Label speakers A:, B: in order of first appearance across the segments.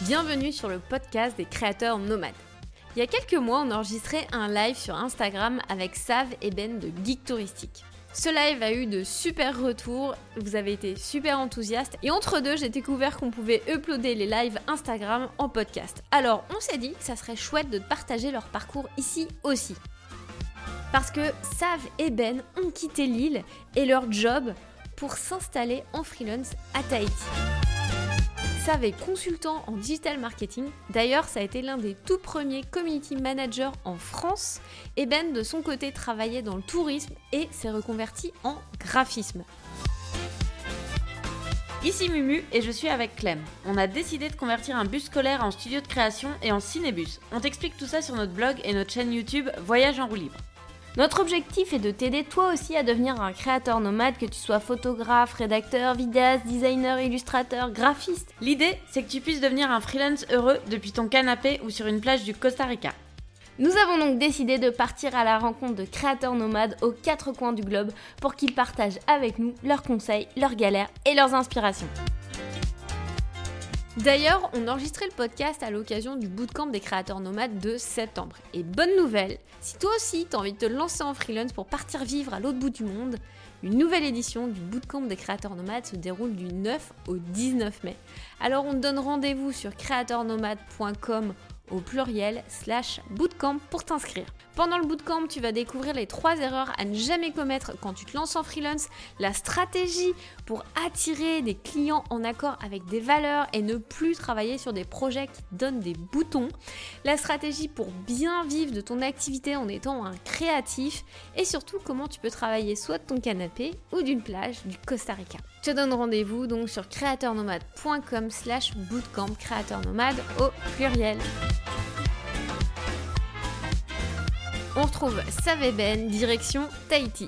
A: Bienvenue sur le podcast des créateurs nomades. Il y a quelques mois, on enregistrait un live sur Instagram avec Sav et Ben de Geek Touristique. Ce live a eu de super retours, vous avez été super enthousiastes et entre deux, j'ai découvert qu'on pouvait uploader les lives Instagram en podcast. Alors, on s'est dit que ça serait chouette de partager leur parcours ici aussi. Parce que Sav et Ben ont quitté l'île et leur job pour s'installer en freelance à Tahiti. Sav est consultant en digital marketing. D'ailleurs, ça a été l'un des tout premiers community managers en France. Et Ben, de son côté, travaillait dans le tourisme et s'est reconverti en graphisme.
B: Ici Mumu et je suis avec Clem. On a décidé de convertir un bus scolaire en studio de création et en cinébus. On t'explique tout ça sur notre blog et notre chaîne YouTube Voyage en roue libre.
A: Notre objectif est de t'aider toi aussi à devenir un créateur nomade, que tu sois photographe, rédacteur, vidéaste, designer, illustrateur, graphiste.
B: L'idée, c'est que tu puisses devenir un freelance heureux depuis ton canapé ou sur une plage du Costa Rica.
A: Nous avons donc décidé de partir à la rencontre de créateurs nomades aux 4 coins du globe pour qu'ils partagent avec nous leurs conseils, leurs galères et leurs inspirations. D'ailleurs, on a enregistré le podcast à l'occasion du bootcamp des créateurs nomades de septembre. Et bonne nouvelle, si toi aussi t'as envie de te lancer en freelance pour partir vivre à l'autre bout du monde, une nouvelle édition du bootcamp des créateurs nomades se déroule du 9 au 19 mai. Alors on te donne rendez-vous sur createurnomade.com au pluriel /bootcamp pour t'inscrire. Pendant le bootcamp, tu vas découvrir les 3 erreurs à ne jamais commettre quand tu te lances en freelance, la stratégie pour attirer des clients en accord avec des valeurs et ne plus travailler sur des projets qui te donnent des boutons, la stratégie pour bien vivre de ton activité en étant un créatif et surtout comment tu peux travailler soit de ton canapé ou d'une plage du Costa Rica. Je te donne rendez-vous donc sur createurnomade.com /bootcamp, créateurnomade au pluriel. On retrouve Sav et Ben, direction Tahiti.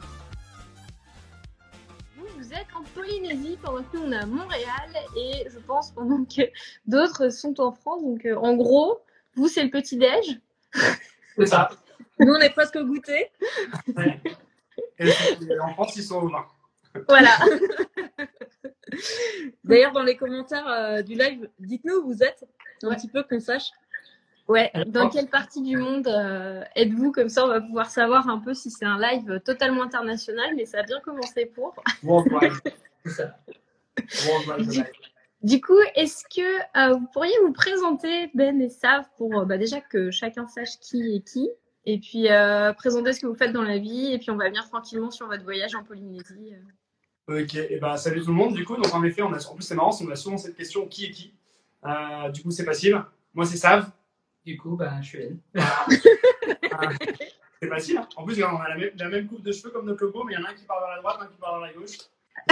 C: Vous êtes en Polynésie pendant que nous on est à Montréal et je pense pendant que d'autres sont en France. Donc en gros, vous c'est le petit-déj.
D: C'est ça.
C: Nous on est presque au goûter.
D: Ouais. Et en France, ils sont au vin.
C: Voilà. D'ailleurs, dans les commentaires du live, dites-nous où vous êtes, un petit peu qu'on sache. Ouais, dans quelle partie du monde êtes-vous? Comme ça, on va pouvoir savoir un peu si c'est un live totalement international, mais ça a bien commencé pour.
D: Worldwide. C'est ça. Worldwide.
C: Du coup, est-ce que vous pourriez vous présenter, Ben et Sav, pour déjà que chacun sache qui est qui, et puis présenter ce que vous faites dans la vie, et puis on va venir tranquillement sur votre voyage en Polynésie.
D: Ok, et ben salut tout le monde. Du coup, donc en effet, en plus c'est marrant, on a souvent cette question qui est qui. Du coup, c'est facile. Moi, c'est Sav.
E: Du coup, je suis Ben.
D: C'est facile. Hein. En plus, on a la même coupe de cheveux comme notre logo, mais il y en a un qui part vers la droite, un qui part vers la gauche.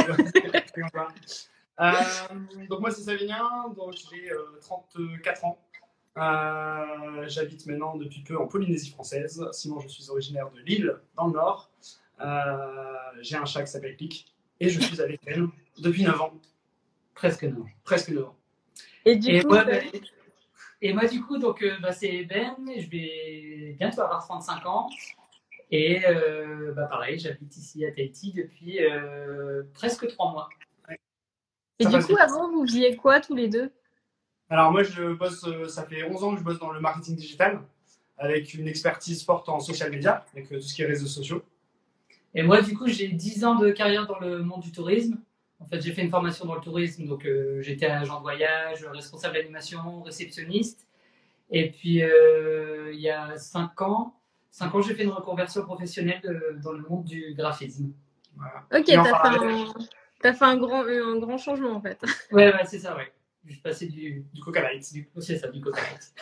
D: Donc moi, c'est Savinien, donc j'ai 34 ans. J'habite maintenant depuis peu en Polynésie française. Sinon, je suis originaire de Lille, dans le Nord. J'ai un chat qui s'appelle Click et je suis avec elle depuis 9 ans.
E: Presque 9 ans.
D: Presque 9 ans.
C: Et du coup,
E: moi, du coup, donc, c'est Ben, je vais bientôt avoir 35 ans. Et pareil, j'habite ici à Tahiti depuis presque 3 mois.
D: Ouais.
C: Et du coup, avant, vous faisiez quoi tous les deux?
D: Alors moi, je bosse, ça fait 11 ans que je bosse dans le marketing digital, avec une expertise forte en social media, avec tout ce qui est réseaux sociaux.
E: Et moi, du coup, j'ai 10 ans de carrière dans le monde du tourisme. En fait, j'ai fait une formation dans le tourisme, donc j'étais agent de voyage, responsable d'animation, réceptionniste. Et puis, il y a 5 ans, j'ai fait une reconversion professionnelle dans le monde du graphisme.
D: Voilà.
C: Ok, t'as fait un grand changement en fait.
E: Ouais, c'est ça, ouais. Je suis passé du
D: Coca Light.
E: C'est ça, du Coca Light.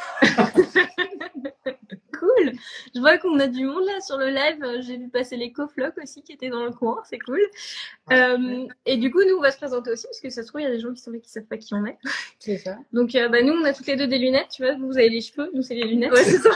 C: Cool. Je vois qu'on a du monde là sur le live. J'ai vu passer les coflocs aussi qui étaient dans le coin. C'est cool. Et du coup, nous, on va se présenter aussi parce que ça se trouve, il y a des gens qui sont là qui savent pas qui on est.
B: C'est ça.
C: Donc, nous, on a toutes les deux des lunettes. Tu vois, vous avez les cheveux, nous, c'est les lunettes.
B: Ouais, c'est ça.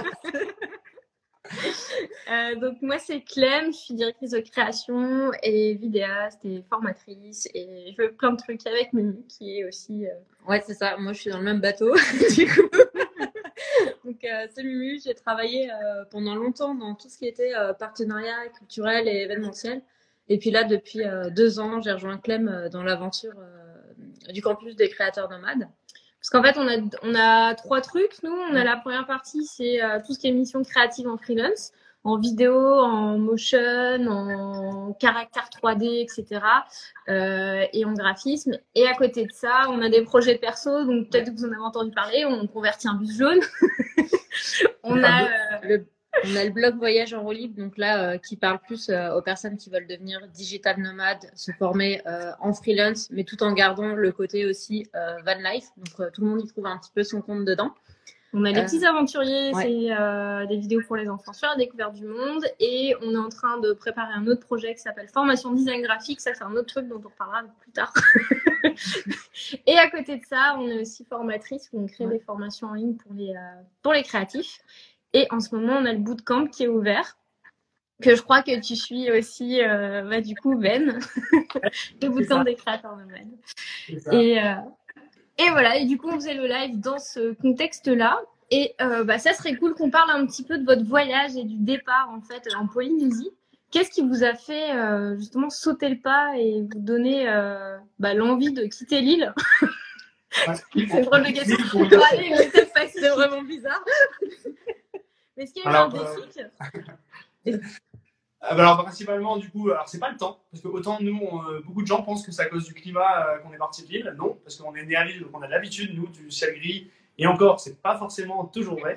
C: Donc moi c'est Clem, je suis directrice de création et vidéaste et formatrice et je fais plein de trucs avec Mumu qui est aussi...
B: Ouais, c'est ça. Moi, je suis dans le même bateau, du coup. Donc, c'est Mumu. J'ai travaillé pendant longtemps dans tout ce qui était partenariat culturel et événementiel. Et puis là, depuis 2 ans, j'ai rejoint Clem dans l'aventure du campus des créateurs nomades.
C: Parce qu'en fait, on a 3 trucs. Nous, on a la première partie, c'est tout ce qui est mission créative en freelance, en vidéo, en motion, en caractère 3D, etc. Et en graphisme. Et à côté de ça, on a des projets perso. Donc peut-être que vous en avez entendu parler. On convertit un bus jaune. On a
B: le blog Voyage en roue libre, donc là, qui parle plus aux personnes qui veulent devenir digital nomades, se former en freelance, mais tout en gardant le côté aussi van life. Donc tout le monde y trouve un petit peu son compte dedans.
C: On a les petits aventuriers, c'est des vidéos pour les enfants sur la découverte du monde. Et on est en train de préparer un autre projet qui s'appelle Formation Design Graphique. Ça, c'est un autre truc dont on reparlera plus tard. Et à côté de ça, on est aussi formatrice où on crée des formations en ligne pour les créatifs. Et en ce moment, on a le bootcamp qui est ouvert, que je crois que tu suis aussi, du coup, Ben, le bootcamp des créateurs nomades. Et voilà, et du coup, on faisait le live dans ce contexte-là. Et ça serait cool qu'on parle un petit peu de votre voyage et du départ, en fait, en Polynésie. Qu'est-ce qui vous a fait, justement, sauter le pas et vous donner l'envie de quitter l'île? C'est drôle de question.
B: C'est vraiment bizarre.
C: Mais est-ce qu'il y a eu un déclic?
D: Alors principalement du coup, alors c'est pas le temps, parce que autant nous, beaucoup de gens pensent que c'est à cause du climat qu'on est parti de l'île, non, parce qu'on est né à l'île, donc on a l'habitude, nous, du ciel gris, et encore, c'est pas forcément toujours vrai.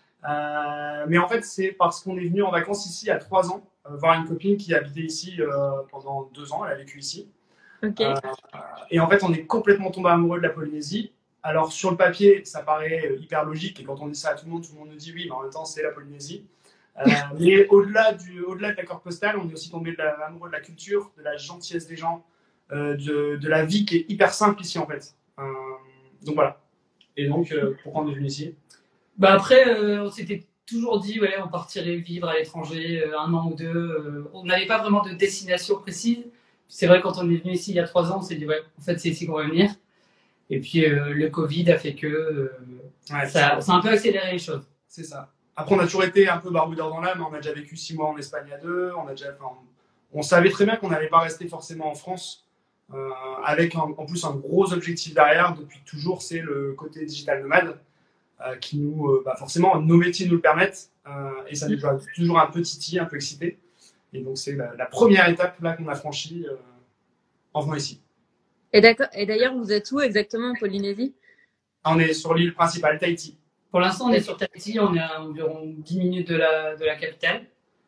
D: Mais en fait, c'est parce qu'on est venu en vacances ici à 3 ans, voir une copine qui habitait ici pendant 2 ans, elle a vécu ici.
C: Okay.
D: Et en fait, on est complètement tombé amoureux de la Polynésie. Alors sur le papier, ça paraît hyper logique, et quand on dit ça à tout le monde nous dit oui, mais en même temps, c'est la Polynésie. Mais au-delà de la carte postale, on est aussi tombé amoureux de la culture, de la gentillesse des gens, de la vie qui est hyper simple ici en fait. Donc voilà. Et donc, pourquoi on est venu ici?
E: Après, on s'était toujours dit, on partirait vivre à l'étranger 1 an ou 2. On n'avait pas vraiment de destination précise. C'est vrai, quand on est venu ici il y a 3 ans, on s'est dit, en fait, c'est ici qu'on va venir. Et puis, le Covid a fait que ça a un peu accéléré les choses.
D: C'est ça. Après, on a toujours été un peu baroudeurs dans l'âme. On a déjà vécu 6 mois en Espagne à 2. On savait très bien qu'on n'allait pas rester forcément en France, avec en plus un gros objectif derrière depuis toujours, c'est le côté digital nomade, qui nous, forcément, nos métiers nous le permettent, et ça nous a toujours un peu titillé, un peu excité. Et donc, c'est la première étape là qu'on a franchie en venant ici.
B: Et d'ailleurs, vous êtes où exactement en Polynésie?
D: On est sur l'île principale, Tahiti.
E: Pour l'instant, on est sur Tahiti, on est à environ 10 minutes de la capitale.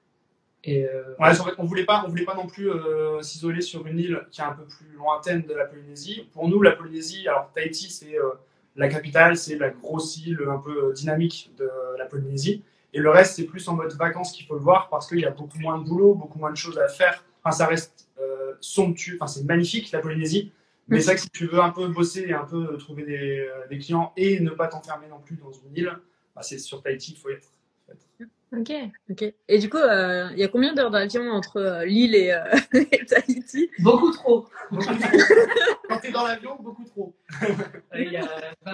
E: Et
D: en fait, on voulait pas non plus s'isoler sur une île qui est un peu plus lointaine de la Polynésie. Pour nous, la Polynésie, alors Tahiti, c'est la capitale, c'est la grosse île un peu dynamique de la Polynésie. Et le reste, c'est plus en mode vacances qu'il faut le voir parce qu'il y a beaucoup moins de boulot, beaucoup moins de choses à faire. Enfin, ça reste somptueux, c'est magnifique la Polynésie. Mais c'est vrai que si tu veux un peu bosser et un peu trouver des clients et ne pas t'enfermer non plus dans une île, c'est sur Tahiti qu'il faut être.
B: Ok. Et du coup, il y a combien d'heures d'avion entre l'île et Tahiti?
E: Beaucoup trop.
D: Quand t'es dans l'avion, beaucoup trop.
E: Il y a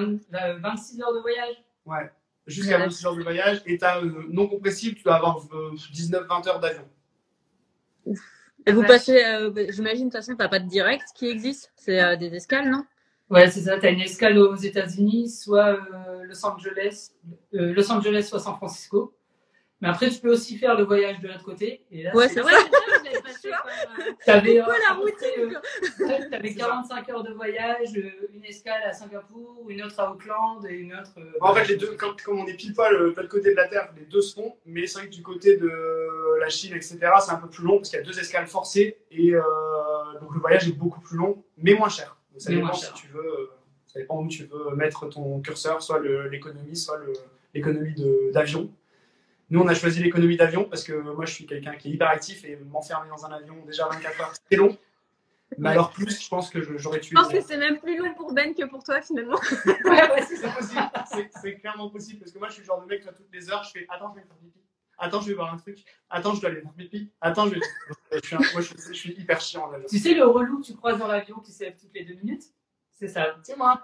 E: 26 heures de voyage.
D: Ouais, jusqu'à 26 heures de voyage. Et t'as non compressible, tu dois avoir 19-20 heures d'avion.
B: Ouf. Et vous passez, j'imagine, de toute façon, t'as pas de direct qui existe, c'est des escales, non?
E: Ouais, c'est ça, t'as une escale aux États-Unis, soit Los Angeles, soit San Francisco. Mais après, tu peux aussi faire le voyage de l'autre côté. Et là,
B: c'est vrai,
C: je l'avais passé.
E: T'avais
B: la routine,
E: t'avais 45 heures de voyage, une escale à Singapour, une autre à Auckland et une autre.
D: En fait, les deux, comme on est pile poil de l'autre côté de la Terre, les deux se font. Mais c'est vrai que du côté de la Chine, etc., c'est un peu plus long parce qu'il y a 2 escales forcées et donc le voyage est beaucoup plus long, mais moins cher. Donc, ça dépend si tu veux. Ça dépend où tu veux mettre ton curseur, soit l'économie, soit l'économie d'avion. Nous, on a choisi l'économie d'avion parce que moi, je suis quelqu'un qui est hyper actif et m'enfermer dans un avion déjà 24 heures, c'est long. Mais alors plus, je pense que j'aurais tué.
C: Je pense que c'est même plus long pour Ben que pour toi, finalement.
D: Ouais, c'est possible. C'est clairement possible parce que moi, je suis le genre de mec, toutes les heures, je fais « Attends, je vais faire pipi. Attends, je vais boire un truc. Attends, je dois aller faire pipi. Attends, je suis hyper chiant en avion. »
E: Tu sais, le relou que tu croises dans l'avion qui s'élève toutes les 2 minutes? C'est ça. C'est moi.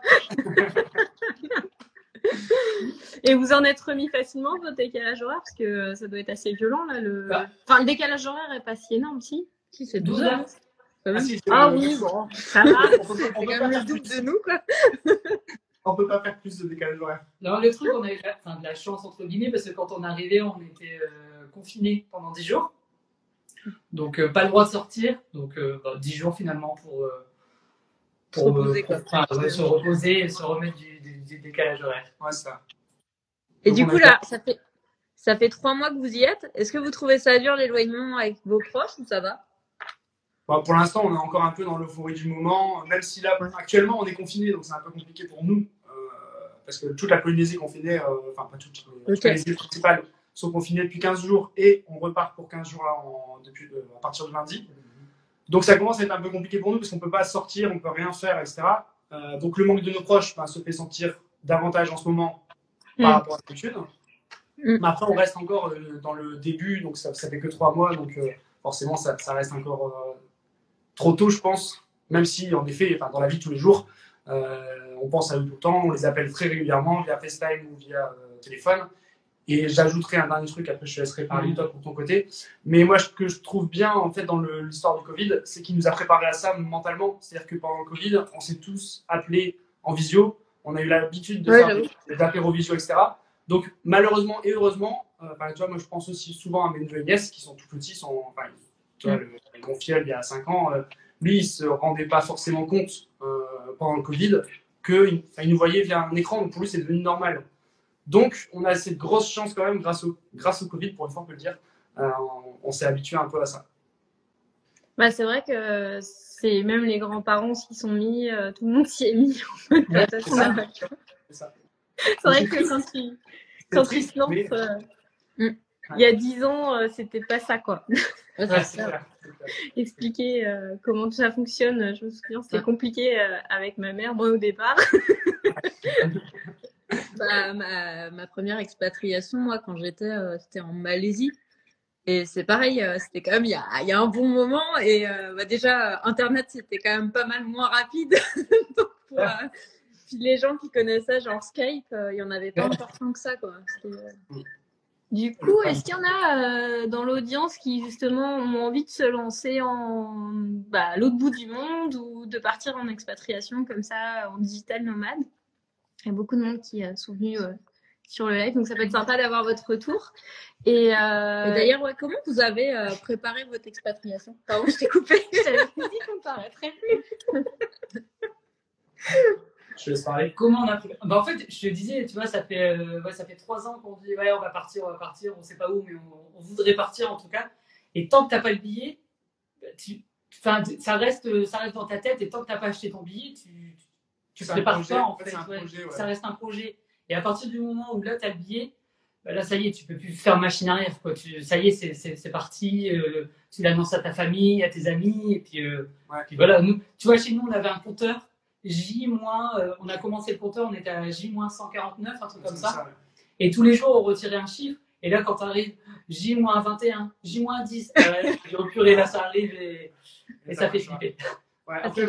C: Et vous en êtes remis facilement votre décalage horaire parce que ça doit être assez violent là. Enfin, le décalage horaire est pas si énorme, si
B: c'est 12 heures.
C: Oui, bon, ça va.
B: C'est quand même le double de nous, quoi.
D: on peut pas faire plus de décalage horaire.
E: Non, le truc, on a eu de la chance, entre guillemets, parce que quand on est arrivé, on était confinés pendant 10 jours. Donc, pas le droit de sortir. Donc, 10 jours finalement pour
B: se reposer,
E: se reposer et se remettre du décalage horaire.
D: Ouais, c'est ça.
B: Et
D: Donc,
B: du coup, là, ça fait 3 mois que vous y êtes. Est-ce que vous trouvez ça dur, l'éloignement avec vos proches, ou ça va?
D: Pour l'instant, on est encore un peu dans l'euphorie du moment, même si là, actuellement, on est confiné, donc c'est un peu compliqué pour nous, parce que toute la Polynésie est confinée, pas toutes les îles principales sont confinées depuis 15 jours, et on repart pour 15 jours là, à partir de lundi. Donc ça commence à être un peu compliqué pour nous, parce qu'on ne peut pas sortir, on ne peut rien faire, etc. Donc le manque de nos proches se fait sentir davantage en ce moment par rapport à l'habitude. Mais après, on reste encore dans le début, donc ça fait que 3 mois, donc forcément, ça reste encore trop tôt, je pense. Même si, en effet, dans la vie de tous les jours, on pense à eux tout le temps, on les appelle très régulièrement via FaceTime ou via téléphone. Et j'ajouterai un dernier truc, après je te laisserai parler toi pour ton côté. Mais moi, ce que je trouve bien en fait dans l'histoire du Covid, c'est qu'il nous a préparé à ça mentalement. C'est-à-dire que pendant le Covid, on s'est tous appelés en visio. On a eu l'habitude de faire des apéros visio, etc. Donc malheureusement et heureusement, tu vois, moi je pense aussi souvent à mes neveux et nièces qui sont tout petits. Tu vois, mon filleul il y a 5 ans, lui il se rendait pas forcément compte pendant le Covid qu'il nous voyait via un écran. Donc pour lui c'est devenu normal. Donc, on a cette grosse chance quand même, grâce au Covid, pour une fois on peut le dire, on s'est habitué un peu à ça.
C: C'est vrai que c'est même les grands-parents qui sont mis, tout le monde s'y est mis.
D: C'est ça.
C: C'est vrai que quand tu se lances, il y a 10 ans, c'était pas ça, quoi.
D: Ouais, c'est clair.
C: Expliquer comment ça fonctionne, je me souviens, c'était compliqué avec ma mère, moi au départ.
B: Ma première expatriation, moi, quand c'était en Malaisie. Et c'est pareil, c'était quand même il y a un bon moment. Et déjà, Internet, c'était quand même pas mal moins rapide. Donc, puis les gens qui connaissaient genre Skype, il n'y en avait pas encore tant que ça, quoi.
C: Du coup, est-ce qu'il y en a dans l'audience qui justement ont envie de se lancer à l'autre bout du monde ou de partir en expatriation comme ça, en digital nomade? Il y a beaucoup de monde qui sont venus sur le live, donc ça peut être sympa d'avoir votre retour. Et
B: d'ailleurs, comment vous avez préparé votre expatriation? Pardon, je t'ai coupé.
C: Je t'avais dit qu'on ne t'arrêterait plus.
D: Je te laisse parler.
E: Comment on a préparé? En fait, je te disais, tu vois, ça fait 3 ans qu'on dit on va partir, on ne sait pas où, mais on voudrait partir en tout cas. Et tant que tu n'as pas le billet, ça reste dans ta tête, et tant que tu n'as pas acheté ton billet, tu ne prépares pas en fait. Ça reste un projet. Et à partir du moment où là, tu as le billet, là, ça y est, tu ne peux plus faire machine arrière, quoi. Ça y est, c'est parti. Tu l'annonces à ta famille, à tes amis. Et puis voilà, nous, tu vois, chez nous, on avait un compteur. On a commencé le compteur, on était à J-149, un truc comme ça. Et tous les jours, on retirait un chiffre. Et là, quand tu arrives J-21, J-10, purée, là, ça arrive et ça fait flipper.
D: Ouais, après,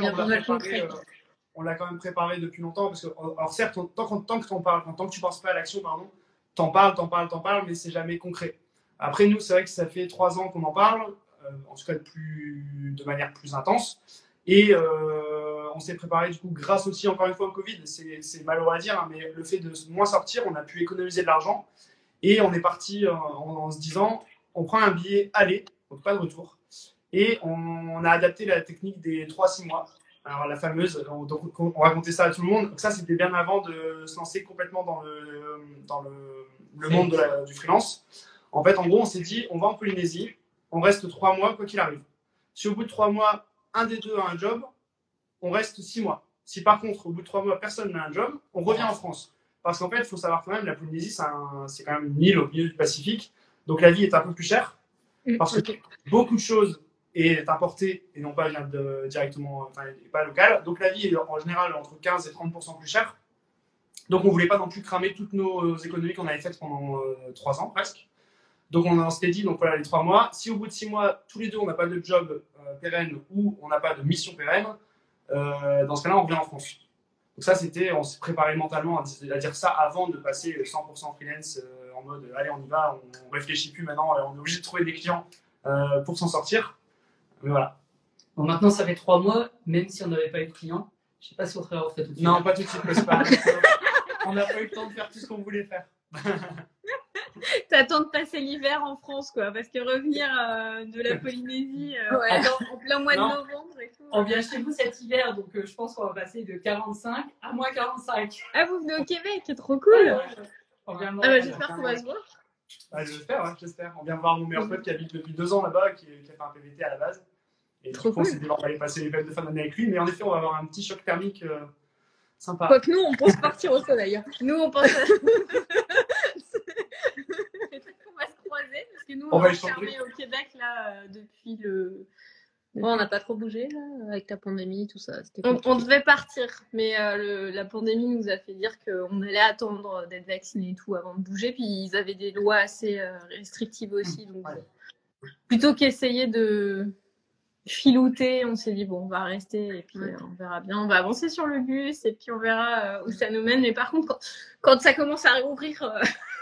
D: on l'a quand même préparé depuis longtemps. Parce que, alors certes, tant que tu penses pas à l'action, t'en parles, mais c'est jamais concret. Après, nous, c'est vrai que ça fait 3 ans qu'on en parle, en tout cas de manière plus intense. Et on s'est préparé du coup grâce aussi encore une fois au Covid, c'est malheureux à dire, mais le fait de moins sortir, on a pu économiser de l'argent et on est parti en se disant on prend un billet aller, donc pas de retour, et on a adapté la technique des 3-6 mois, alors la fameuse, donc on racontait ça à tout le monde, donc ça c'était bien avant de se lancer complètement dans le monde du freelance. En fait, en gros, on s'est dit on va en Polynésie, on reste 3 mois quoi qu'il arrive. Si au bout de 3 mois, un des deux a un job, on reste 6 mois. Si par contre, au bout de 3 mois, personne n'a un job, on revient en France. Parce qu'en fait, il faut savoir quand même, la Polynésie, c'est quand même une île au milieu du Pacifique. Donc la vie est un peu plus chère. Parce que beaucoup de choses est importée et non pas directement, pas locale. Donc la vie est en général entre 15 et 30% plus chère. Donc on ne voulait pas non plus cramer toutes nos économies qu'on avait faites pendant 3 ans presque. Donc on s'était dit, donc voilà, les 3 mois. Si au bout de 6 mois, tous les deux, on n'a pas de job pérenne ou on n'a pas de mission pérenne, dans ce cas-là, on revient en France. Donc ça, on s'est préparé mentalement à dire ça avant de passer 100% freelance en mode, allez, on y va, on réfléchit plus maintenant, on est obligé de trouver des clients pour s'en sortir. Mais voilà.
E: Bon, maintenant, ça fait 3 mois, même si on n'avait pas eu de clients, Je sais pas si on serait rentré tout de suite.
D: Non, pas tout de suite, mais c'est pas on n'a pas eu le temps de faire tout ce qu'on voulait faire.
C: T'attends de passer l'hiver en France, quoi, parce que revenir de la Polynésie en plein mois de novembre et tout.
E: On vient chez vous cet hiver, donc je pense qu'on va passer de 45 à moins 45.
C: Ah, vous venez au Québec, c'est trop cool.
E: On vient
C: j'espère qu'on va se voir.
D: J'espère. On vient voir mon meilleur pote qui habite depuis 2 ans là-bas, qui a fait un PVT à la base. Et
C: trop cool.
D: On s'est dit, on va aller passer les fêtes de fin d'année avec lui, mais en effet, on va avoir un petit choc thermique sympa.
B: Quoique nous, on pense partir au sol d'ailleurs.
C: Nous, on pense à... On va se croiser, parce que nous, on est fermés au Québec, là, depuis le...
B: Bon, on n'a pas trop bougé, là, avec la pandémie, tout ça.
C: On devait partir, mais la pandémie nous a fait dire qu'on allait attendre d'être vaccinés et tout avant de bouger, puis ils avaient des lois assez restrictives aussi, donc plutôt qu'essayer de filouter, on s'est dit bon, on va rester et puis on verra bien, on va avancer sur le bus et puis on verra où ça nous mène, mais par contre, quand ça commence à réouvrir,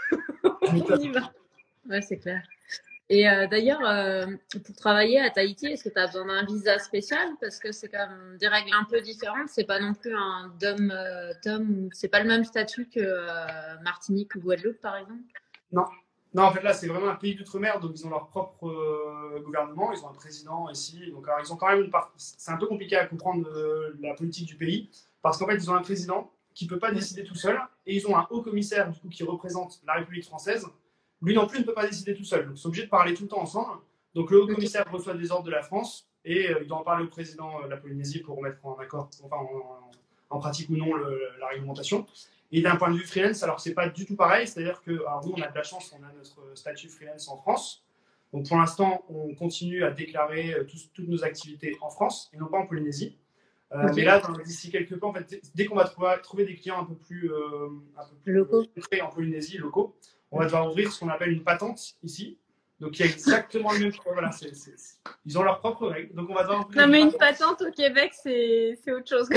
C: on y va.
B: Ouais, c'est clair. Et d'ailleurs, pour travailler à Tahiti, est-ce que tu as besoin d'un visa spécial? Parce que c'est quand même des règles un peu différentes. C'est pas non plus un DOM, c'est pas le même statut que Martinique ou Guadeloupe, par exemple?
D: Non, en fait, là, c'est vraiment un pays d'outre-mer, donc ils ont leur propre gouvernement, ils ont un président ici. Donc, alors, ils ont quand même c'est un peu compliqué à comprendre la politique du pays, parce qu'en fait, ils ont un président qui ne peut pas décider tout seul, et ils ont un haut commissaire, du coup, qui représente la République française. Lui non plus ne peut pas décider tout seul, donc ils sont obligés de parler tout le temps ensemble. Donc le haut commissaire reçoit des ordres de la France et il doit en parler au président de la Polynésie pour mettre en accord, enfin en pratique ou non la réglementation. Et d'un point de vue freelance, alors c'est pas du tout pareil, c'est-à-dire que alors nous on a de la chance, on a notre statut freelance en France. Donc pour l'instant, on continue à déclarer toutes nos activités en France et non pas en Polynésie. Mais là, d'ici quelques temps, en fait, dès qu'on va trouver des clients un peu plus
B: locaux
D: en Polynésie, locaux, on va devoir ouvrir ce qu'on appelle une patente ici. Donc il y a exactement le même. Voilà, ils ont leurs propres règles. Donc on va devoir ouvrir.
C: Non, mais une patente au Québec, c'est autre chose.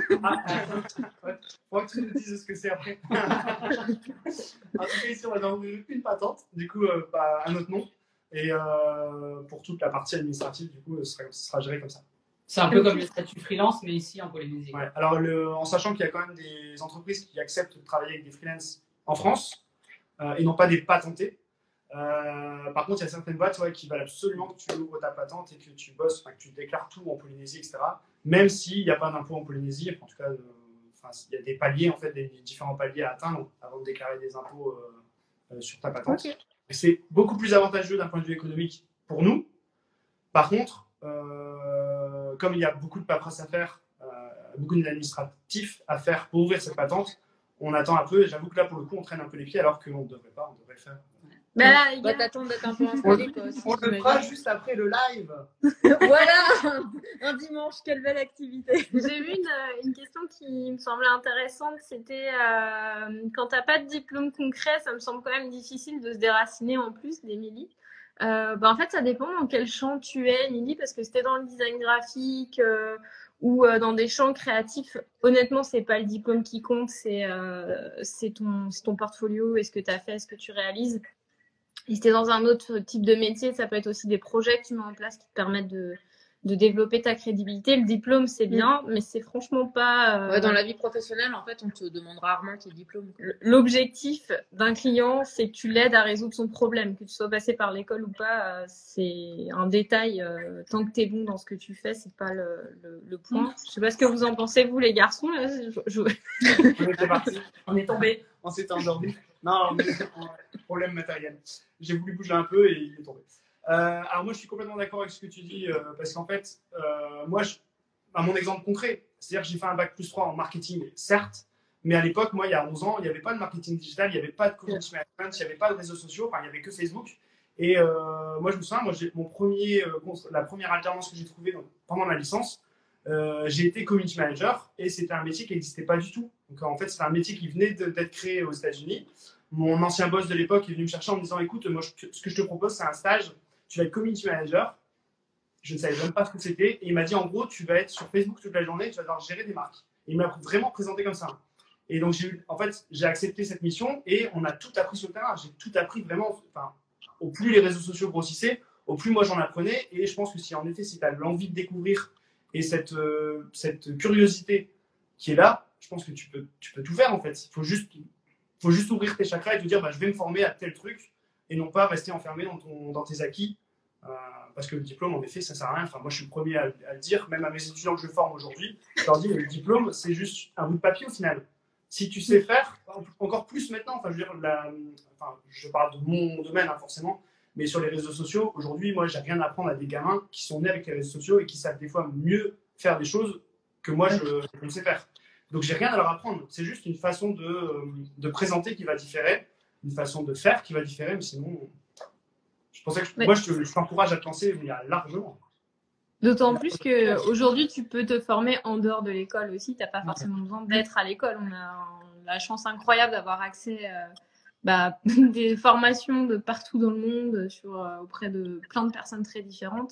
D: Ouais. Faut que tu nous dises ce que c'est après. En tout cas, ici, on va devoir ouvrir une patente, du coup, à notre nom. Et pour toute la partie administrative, du coup, ce sera géré comme ça.
E: C'est un peu comme le statut freelance, mais ici en Polynésie.
D: Ouais. Alors, en sachant qu'il y a quand même des entreprises qui acceptent de travailler avec des freelances en France et non pas des patentés. Par contre, il y a certaines boîtes qui veulent absolument que tu ouvres ta patente et que tu bosses, que tu déclares tout en Polynésie, etc. Même s'il n'y a pas d'impôt en Polynésie, en tout cas, il y a des paliers, en fait, des différents paliers à atteindre avant de déclarer des impôts sur ta patente. Okay. C'est beaucoup plus avantageux d'un point de vue économique pour nous. Par contre, comme il y a beaucoup de paperasse à faire, beaucoup d'administratifs à faire pour ouvrir cette patente, on attend un peu, et j'avoue que là, pour le coup, on traîne un peu les pieds, alors qu'on ne devrait pas, on devrait le faire.
B: On va t'attendre d'être un peu installé.
D: On le fera juste après le live.
B: Voilà, un dimanche, quelle belle activité.
C: J'ai vu une question qui me semblait intéressante, c'était quand tu n'as pas de diplôme concret, ça me semble quand même difficile de se déraciner en plus d'Émilie. En fait, ça dépend dans quel champ tu es, Émilie, parce que si tu es dans le design graphique ou dans des champs créatifs, honnêtement, c'est pas le diplôme qui compte, c'est ton portfolio et ce que tu as fait, ce que tu réalises. Et si tu es dans un autre type de métier, ça peut être aussi des projets que tu mets en place qui te permettent de développer ta crédibilité. Le diplôme, c'est bien, mais c'est franchement pas...
B: dans la vie professionnelle, en fait, on te demande rarement tes diplômes.
C: L'objectif d'un client, c'est que tu l'aides à résoudre son problème. Que tu sois passé par l'école ou pas, c'est un détail. Tant que tu es bon dans ce que tu fais, c'est pas le point. Je sais pas ce que vous en pensez, vous, les garçons. Là,
D: On était partis. On est tombé. On s'était endormi. Non, mais problème matériel. J'ai voulu bouger un peu et il est tombé. Alors moi, je suis complètement d'accord avec ce que tu dis parce qu'en fait, moi, à mon exemple concret, c'est-à-dire que j'ai fait un bac+3 en marketing, certes, mais à l'époque, moi, il y a 11 ans, il n'y avait pas de marketing digital, il n'y avait pas de community management, il n'y avait pas de réseaux sociaux, il n'y avait que Facebook. Et moi, je me souviens, la première alternance que j'ai trouvée pendant ma licence, j'ai été community manager et c'était un métier qui n'existait pas du tout. Donc en fait, c'était un métier qui venait d'être créé aux États-Unis. Mon ancien boss de l'époque est venu me chercher en me disant écoute, moi, ce que je te propose, c'est un stage. Tu vas être community manager. Je ne savais même pas ce que c'était. Et il m'a dit en gros, tu vas être sur Facebook toute la journée, tu vas devoir gérer des marques. Et il m'a vraiment présenté comme ça. Et donc, j'ai accepté cette mission et on a tout appris sur le terrain. J'ai tout appris vraiment. Au plus les réseaux sociaux grossissaient, au plus moi j'en apprenais. Et je pense que si tu as l'envie de découvrir et cette curiosité qui est là, je pense que tu peux tout faire en fait. Il faut juste ouvrir tes chakras et te dire je vais me former à tel truc et non pas rester enfermé dans tes acquis. Parce que le diplôme, en effet, ça sert à rien. Enfin, moi, je suis le premier à le dire, même à mes étudiants que je forme aujourd'hui. Je leur dis, le diplôme, c'est juste un bout de papier au final. Si tu sais faire, encore plus maintenant, enfin, je veux dire, je parle de mon domaine, forcément, mais sur les réseaux sociaux, aujourd'hui, moi, j'ai rien à apprendre à des gamins qui sont nés avec les réseaux sociaux et qui savent des fois mieux faire des choses que moi, je sais faire. Donc, j'ai rien à leur apprendre. C'est juste une façon de présenter qui va différer, une façon de faire qui va différer, mais sinon... Moi, je t'encourage à te lancer, mais il y a largement.
C: D'autant plus qu'aujourd'hui, tu peux te former en dehors de l'école aussi. Tu n'as pas forcément besoin d'être à l'école. On a la chance incroyable d'avoir accès à des formations de partout dans le monde auprès de plein de personnes très différentes.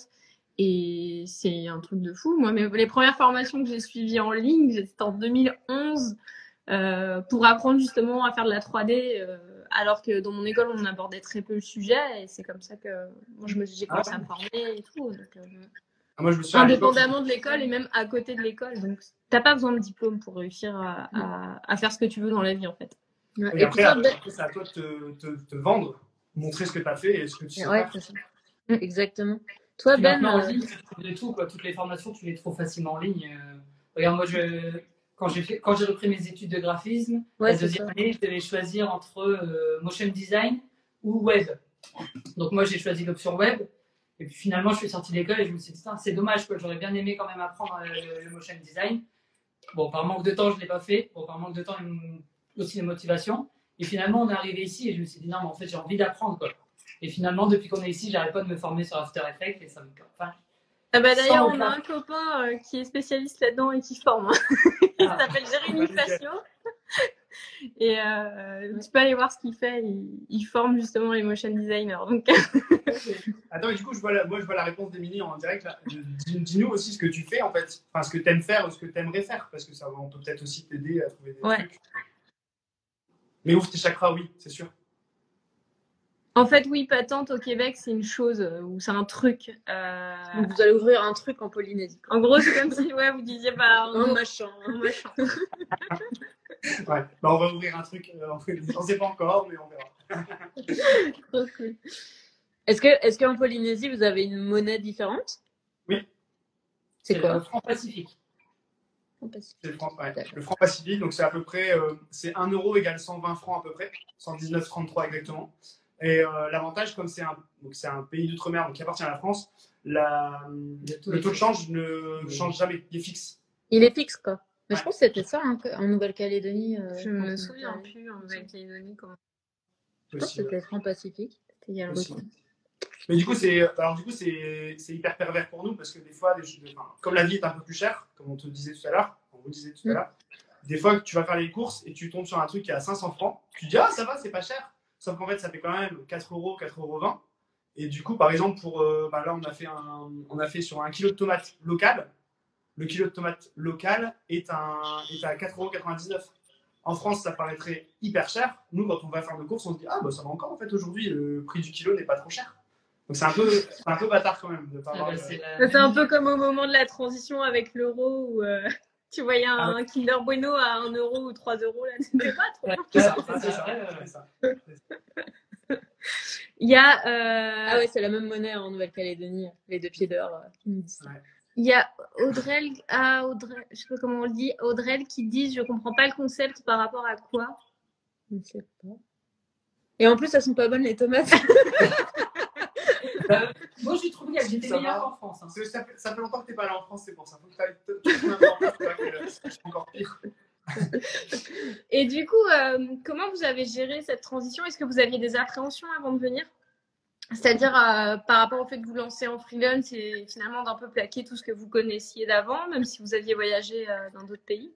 C: Et c'est un truc de fou. Moi, les premières formations que j'ai suivies en ligne, c'était en 2011 pour apprendre justement à faire de la 3D. Alors que dans mon école, on abordait très peu le sujet, et c'est comme ça que moi, j'ai commencé à me former et tout. Donc,
D: moi, je me suis
C: indépendamment de l'école et même à côté de l'école. Donc, t'as pas besoin de diplôme pour réussir à faire ce que tu veux dans la vie, en fait.
D: Et après, c'est à toi de te vendre, montrer ce que tu as fait et ce que tu sais faire.
B: C'est ça. Exactement. Toi,
E: Ben, en ligne, tu trouves de tout, quoi. Toutes les formations, tu les trouves facilement en ligne. Regarde, moi, quand j'ai repris mes études de graphisme, la deuxième année, je devais choisir entre motion design ou web. Donc moi, j'ai choisi l'option web. Et puis finalement, je suis sorti de l'école et je me suis dit, c'est dommage, quoi. J'aurais bien aimé quand même apprendre le motion design. Bon, par manque de temps, je ne l'ai pas fait. Bon, par manque de temps, et aussi de motivation. Et finalement, on est arrivé ici et je me suis dit, non, mais en fait, j'ai envie d'apprendre, quoi. Et finalement, depuis qu'on est ici, j'arrête pas de me former sur After Effects et ça me...
C: d'ailleurs, on a un copain qui est spécialiste là-dedans et qui forme. Il s'appelle Jérémy Facio. Et tu peux aller voir ce qu'il fait. Il forme justement les motion designers. Donc...
D: Attends, mais du coup, je vois la réponse d'Émilie en direct. Dis-nous aussi ce que tu fais en fait. Enfin, ce que tu aimes faire ou ce que tu aimerais faire. Parce que on peut peut-être aussi t'aider à trouver des trucs. Mais ouvre tes chakras, oui, c'est sûr.
C: En fait, oui, patente au Québec, c'est une chose ou c'est un truc.
B: Donc vous allez ouvrir un truc en Polynésie.
C: En gros, c'est comme si vous disiez
B: un machin.
D: Ouais, on va ouvrir un truc. On ne sait pas encore, mais on verra.
B: Trop cool. Est-ce qu'en Polynésie, vous avez une monnaie différente?
D: Oui.
E: C'est quoi? Le franc Pacifique.
D: C'est le franc Pacifique, donc c'est à peu près c'est 1 euro égale 120 francs à peu près, 119,33 exactement. Et l'avantage, comme c'est un pays d'outre-mer qui appartient à la France, le taux de change ne change jamais, il est fixe.
B: Il est fixe, quoi. Mais je pense que c'était ça en Nouvelle-Calédonie.
C: Je me souviens plus en Nouvelle-Calédonie comment.
B: Je pense que c'était le franc Pacifique. Il y a longtemps.
D: Mais du coup, c'est hyper pervers pour nous parce que des fois, comme la vie est un peu plus chère, comme on vous disait tout à l'heure, des fois que tu vas faire les courses et tu tombes sur un truc qui est à 500 francs, tu dis ça va, c'est pas cher. Sauf qu'en fait, ça fait quand même 4 euros, 4,20 €. Et du coup, par exemple, là, on a fait sur 1 kilo de tomates locales. Le kilo de tomates locales est à 4,99 €. En France, ça paraîtrait hyper cher. Nous, quand on va faire nos courses, on se dit ça va encore en fait aujourd'hui. Le prix du kilo n'est pas trop cher. Donc c'est un peu bâtard quand même de pas avoir.
C: C'est un peu comme au moment de la transition avec l'euro où tu voyais un Kinder Bueno à 1 euro ou 3 euros, là, c'était pas trop.
D: C'est ça.
C: Il y a.
B: c'est la même monnaie en Nouvelle-Calédonie, les 2 pieds d'or qui nous disent ça.
C: Il y a Audrey, je sais pas comment on le dit, Audrey qui dit je comprends pas le concept par rapport à quoi.
B: Je ne sais pas. Et en plus, elles sont pas bonnes les tomates.
E: Moi, j'ai trouvé qu'elles étaient meilleures en France.
D: Ça fait longtemps que t'es pas allé en France, c'est pour ça. Faut que c'est encore pire.
C: Et du coup, comment vous avez géré cette transition? Est-ce que vous aviez des appréhensions avant de venir? C'est-à-dire par rapport au fait de vous lancer en freelance et finalement d'un peu plaquer tout ce que vous connaissiez d'avant, même si vous aviez voyagé dans d'autres pays?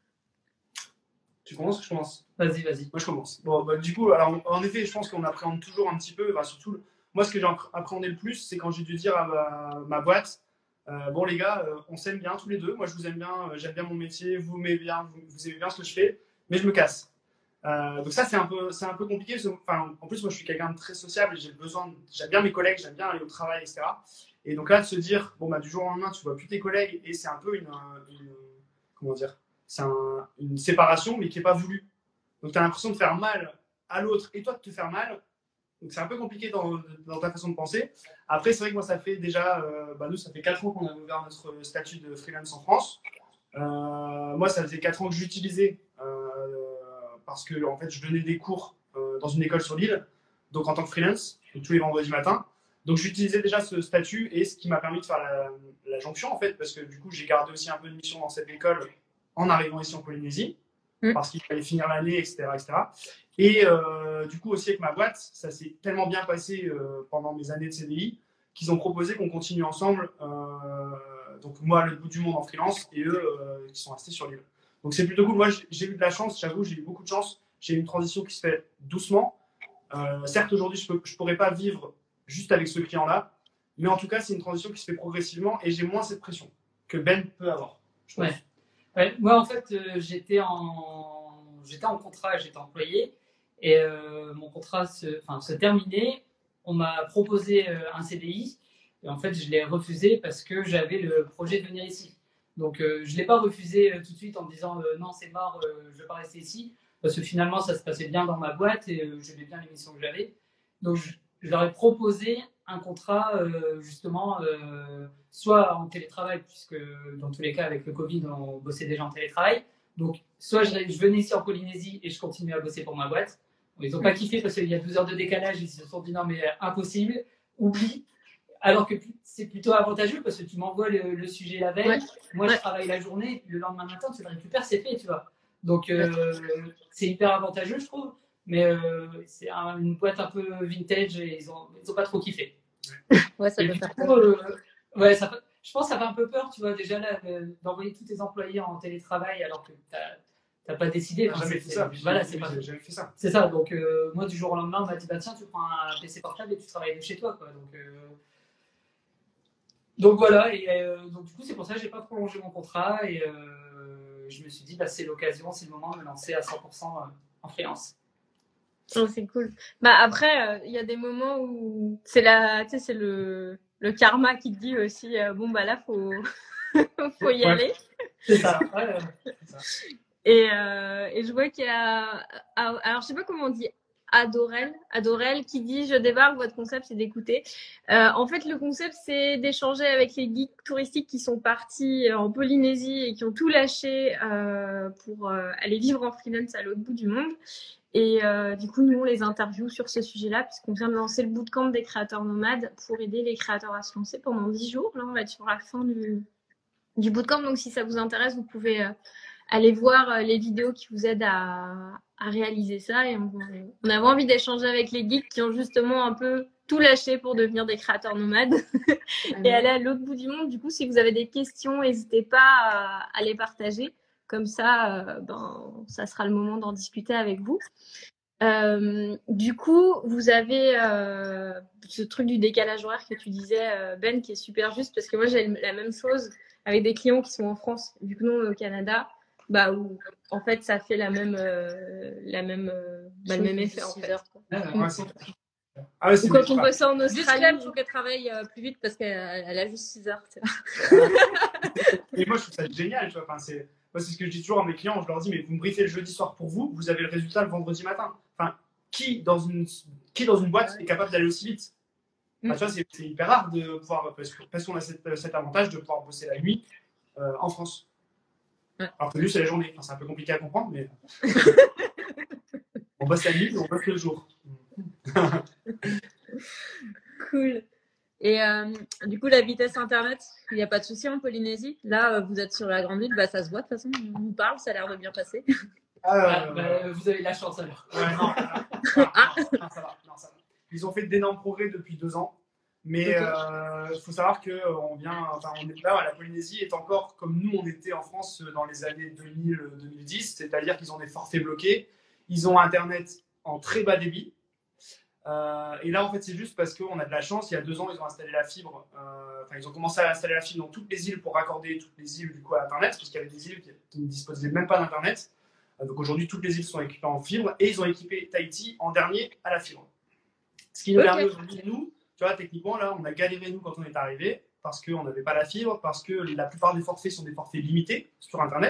D: Tu commences ou je commence?
E: Vas-y.
D: Moi, je commence. Bon, du coup, alors, en effet, je pense qu'on appréhende toujours un petit peu, surtout... Moi, ce que j'ai appréhendé le plus, c'est quand j'ai dû dire à ma boîte, bon les gars, on s'aime bien tous les deux. Moi, je vous aime bien, j'aime bien mon métier, vous m'aimez bien, vous aimez bien ce que je fais, mais je me casse. Donc ça, c'est un peu compliqué. En plus, moi, je suis quelqu'un de très sociable et j'aime bien mes collègues, j'aime bien aller au travail, etc. Et donc là, de se dire, du jour au lendemain, tu vois plus tes collègues et c'est un peu comment dire, une séparation, mais qui n'est pas voulue. Donc, tu as l'impression de faire mal à l'autre et toi de te faire mal. Donc, c'est un peu compliqué dans ta façon de penser. Après, c'est vrai que moi, ça fait déjà, nous, ça fait 4 ans qu'on a ouvert notre statut de freelance en France. Moi, ça faisait 4 ans que j'utilisais parce que, en fait, je donnais des cours dans une école sur l'île, donc en tant que freelance, tous les vendredis matins. Donc, j'utilisais déjà ce statut et ce qui m'a permis de faire la jonction, en fait, parce que du coup, j'ai gardé aussi un peu de mission dans cette école en arrivant ici en Polynésie, parce qu'il fallait finir l'année, etc., etc. Et du coup, aussi avec ma boîte, ça s'est tellement bien passé pendant mes années de CDI qu'ils ont proposé qu'on continue ensemble. Donc, moi, à l'autre bout du monde en freelance et eux qui sont restés sur l'île. Donc, c'est plutôt cool. Moi, j'ai eu de la chance, j'avoue, j'ai eu beaucoup de chance. J'ai eu une transition qui se fait doucement. Certes, aujourd'hui, je ne pourrais pas vivre juste avec ce client-là, mais en tout cas, c'est une transition qui se fait progressivement et j'ai moins cette pression que Ben peut avoir.
E: Ouais. Moi, en fait, j'étais en contrat, j'étais employé et mon contrat se terminait. On m'a proposé un CDI et en fait, je l'ai refusé parce que j'avais le projet de venir ici. Donc, je ne l'ai pas refusé tout de suite en me disant non, c'est mort, je ne vais pas rester ici. Parce que finalement, ça se passait bien dans ma boîte et j'aimais bien les missions que j'avais. Donc, je leur ai proposé un contrat, justement, soit en télétravail, puisque dans tous les cas, avec le Covid, on bossait déjà en télétravail. Donc, soit je venais ici en Polynésie et je continuais à bosser pour ma boîte. Ils n'ont pas kiffé parce qu'il y a 12 heures de décalage. Ils se sont dit non, mais impossible, oublie. Alors que c'est plutôt avantageux parce que tu m'envoies le sujet la veille. Moi, je travaille la journée. Le lendemain matin, tu le récupères, c'est fait, tu vois. Donc, c'est hyper avantageux, je trouve. Mais c'est une boîte un peu vintage et ils ont pas trop kiffé.
B: Ouais, ça peut faire
E: peur. Je pense que ça fait un peu peur, tu vois, déjà là, d'envoyer tous tes employés en télétravail alors que t'as pas décidé.
D: J'ai jamais fait ça.
E: Voilà,
D: jamais fait ça.
E: C'est ça. Donc, moi, du jour au lendemain, on m'a dit, bah tiens, tu prends un PC portable et tu travailles de chez toi, quoi. Donc voilà. Et donc, du coup, c'est pour ça que j'ai pas prolongé mon contrat et je me suis dit, bah, c'est l'occasion, c'est le moment de me lancer à 100% en freelance.
C: Oh, c'est cool. Bah après, il y a des moments où c'est le karma qui te dit aussi, bon bah là faut y aller.
E: C'est ça.
C: Et je vois qu'il y a, alors je sais pas comment on dit, Adorel qui dit je débarque, votre concept c'est d'écouter. En fait le concept c'est d'échanger avec les guides touristiques qui sont partis en Polynésie et qui ont tout lâché pour aller vivre en freelance à l'autre bout du monde. Et du coup, nous, on les interviewe sur ce sujet-là, puisqu'on vient de lancer le bootcamp des créateurs nomades pour aider les créateurs à se lancer pendant 10 jours. Là, on va être sur la fin du bootcamp. Donc, si ça vous intéresse, vous pouvez aller voir les vidéos qui vous aident à réaliser ça. Et on avait envie d'échanger avec les geeks qui ont justement un peu tout lâché pour devenir des créateurs nomades et aller à l'autre bout du monde. Du coup, si vous avez des questions, n'hésitez pas à les partager. Comme ça, ça sera le moment d'en discuter avec vous. Du coup, vous avez ce truc du décalage horaire que tu disais, Ben, qui est super juste, parce que moi, j'ai la même chose avec des clients qui sont en France, vu que nous, on est au Canada, où en fait, ça fait le même effet, en fait. Ou quand on bosse en Australie,
B: il faut qu'elle travaille plus vite parce qu'elle a juste 6 heures.
D: Et moi, je trouve ça génial, tu vois. Moi, c'est ce que je dis toujours à mes clients. Je leur dis, mais vous me briefez le jeudi soir pour vous, vous avez le résultat le vendredi matin. Enfin, qui dans une boîte est capable d'aller aussi vite? Tu vois, c'est hyper rare de pouvoir, parce qu'on a cet avantage de pouvoir bosser la nuit en France. Alors que nous, c'est la journée. Enfin, c'est un peu compliqué à comprendre, mais on bosse la nuit et on bosse le jour.
B: Cool. Et du coup, la vitesse Internet, il n'y a pas de souci en Polynésie. Là, vous êtes sur la grande ville, ça se voit de toute façon. On vous parle, ça a l'air de bien passer.
E: Vous avez la chance alors.
D: Ouais, non, ça va. Ils ont fait d'énormes progrès depuis 2 ans. Mais faut savoir que la Polynésie est encore comme nous, on était en France dans les années 2000-2010. C'est-à-dire qu'ils ont des forfaits bloqués. Ils ont Internet en très bas débit. Et là, en fait, c'est juste parce qu'on a de la chance. Il y a 2 ans, ils ont installé la fibre. Ils ont commencé à installer la fibre dans toutes les îles pour raccorder toutes les îles du coup à Internet, parce qu'il y avait des îles qui ne disposaient même pas d'Internet. Donc aujourd'hui, toutes les îles sont équipées en fibre et ils ont équipé Tahiti en dernier à la fibre. Ce qui nous permet aujourd'hui, nous, tu vois, techniquement, là, on a galéré, nous, quand on est arrivé, parce qu'on n'avait pas la fibre, parce que la plupart des forfaits sont des forfaits limités sur Internet.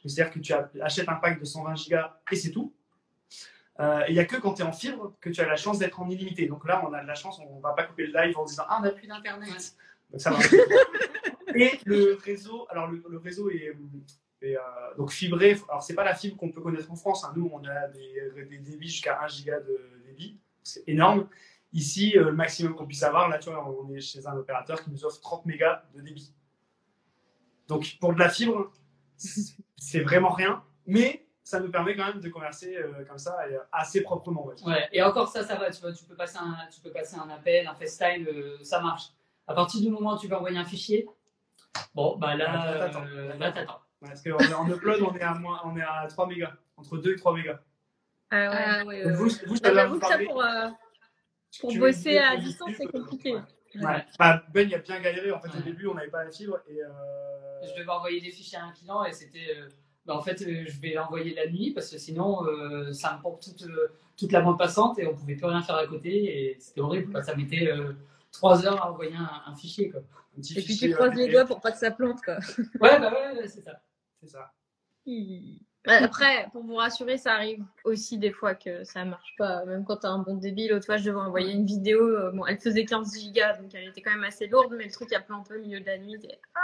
D: C'est-à-dire que tu achètes un pack de 120 gigas et c'est tout. Et il n'y a que quand tu es en fibre que tu as la chance d'être en illimité. Donc là, on a de la chance, on ne va pas couper le live en disant « Ah, on n'a plus d'internet ». Donc ça va. Et le réseau, alors le réseau est donc fibré. Alors c'est pas la fibre qu'on peut connaître en France. Nous, on a des débits jusqu'à 1 giga de débit. C'est énorme. Ici, le maximum qu'on puisse avoir, là, tu vois, on est chez un opérateur qui nous offre 30 mégas de débit. Donc pour de la fibre, c'est vraiment rien. Mais ça nous permet quand même de converser comme ça et assez proprement.
E: Ouais. Et encore ça va. Tu vois, tu peux passer un appel, un FaceTime, ça marche. À partir du moment où tu vas envoyer un fichier, bon, bah là, t'attends.
D: Parce qu'en upload, on est à 3 mégas, entre 2 et 3 mégas.
C: Ouais.
D: Donc vous
C: j'avoue que ça, pour bosser à distance, c'est compliqué.
D: Ouais. Bah, Ben, il a bien galéré. En fait, au début, on n'avait pas la fibre.
E: Je devais envoyer des fichiers à un client et c'était. En fait, je vais l'envoyer la nuit parce que sinon, ça me pompe toute la bande passante et on ne pouvait plus rien faire à côté. Et c'était horrible. Ça mettait 3 heures à envoyer un fichier. Quoi.
B: Et puis tu croises les doigts pour pas que ça plante. Quoi.
E: Ouais, c'est ça.
D: C'est ça.
C: Après, pour vous rassurer, ça arrive aussi des fois que ça marche pas. Même quand tu as un bon débit, l'autre fois, je devais envoyer une vidéo. Bon, elle faisait 15 gigas, donc elle était quand même assez lourde, mais le truc a planté au milieu de la nuit.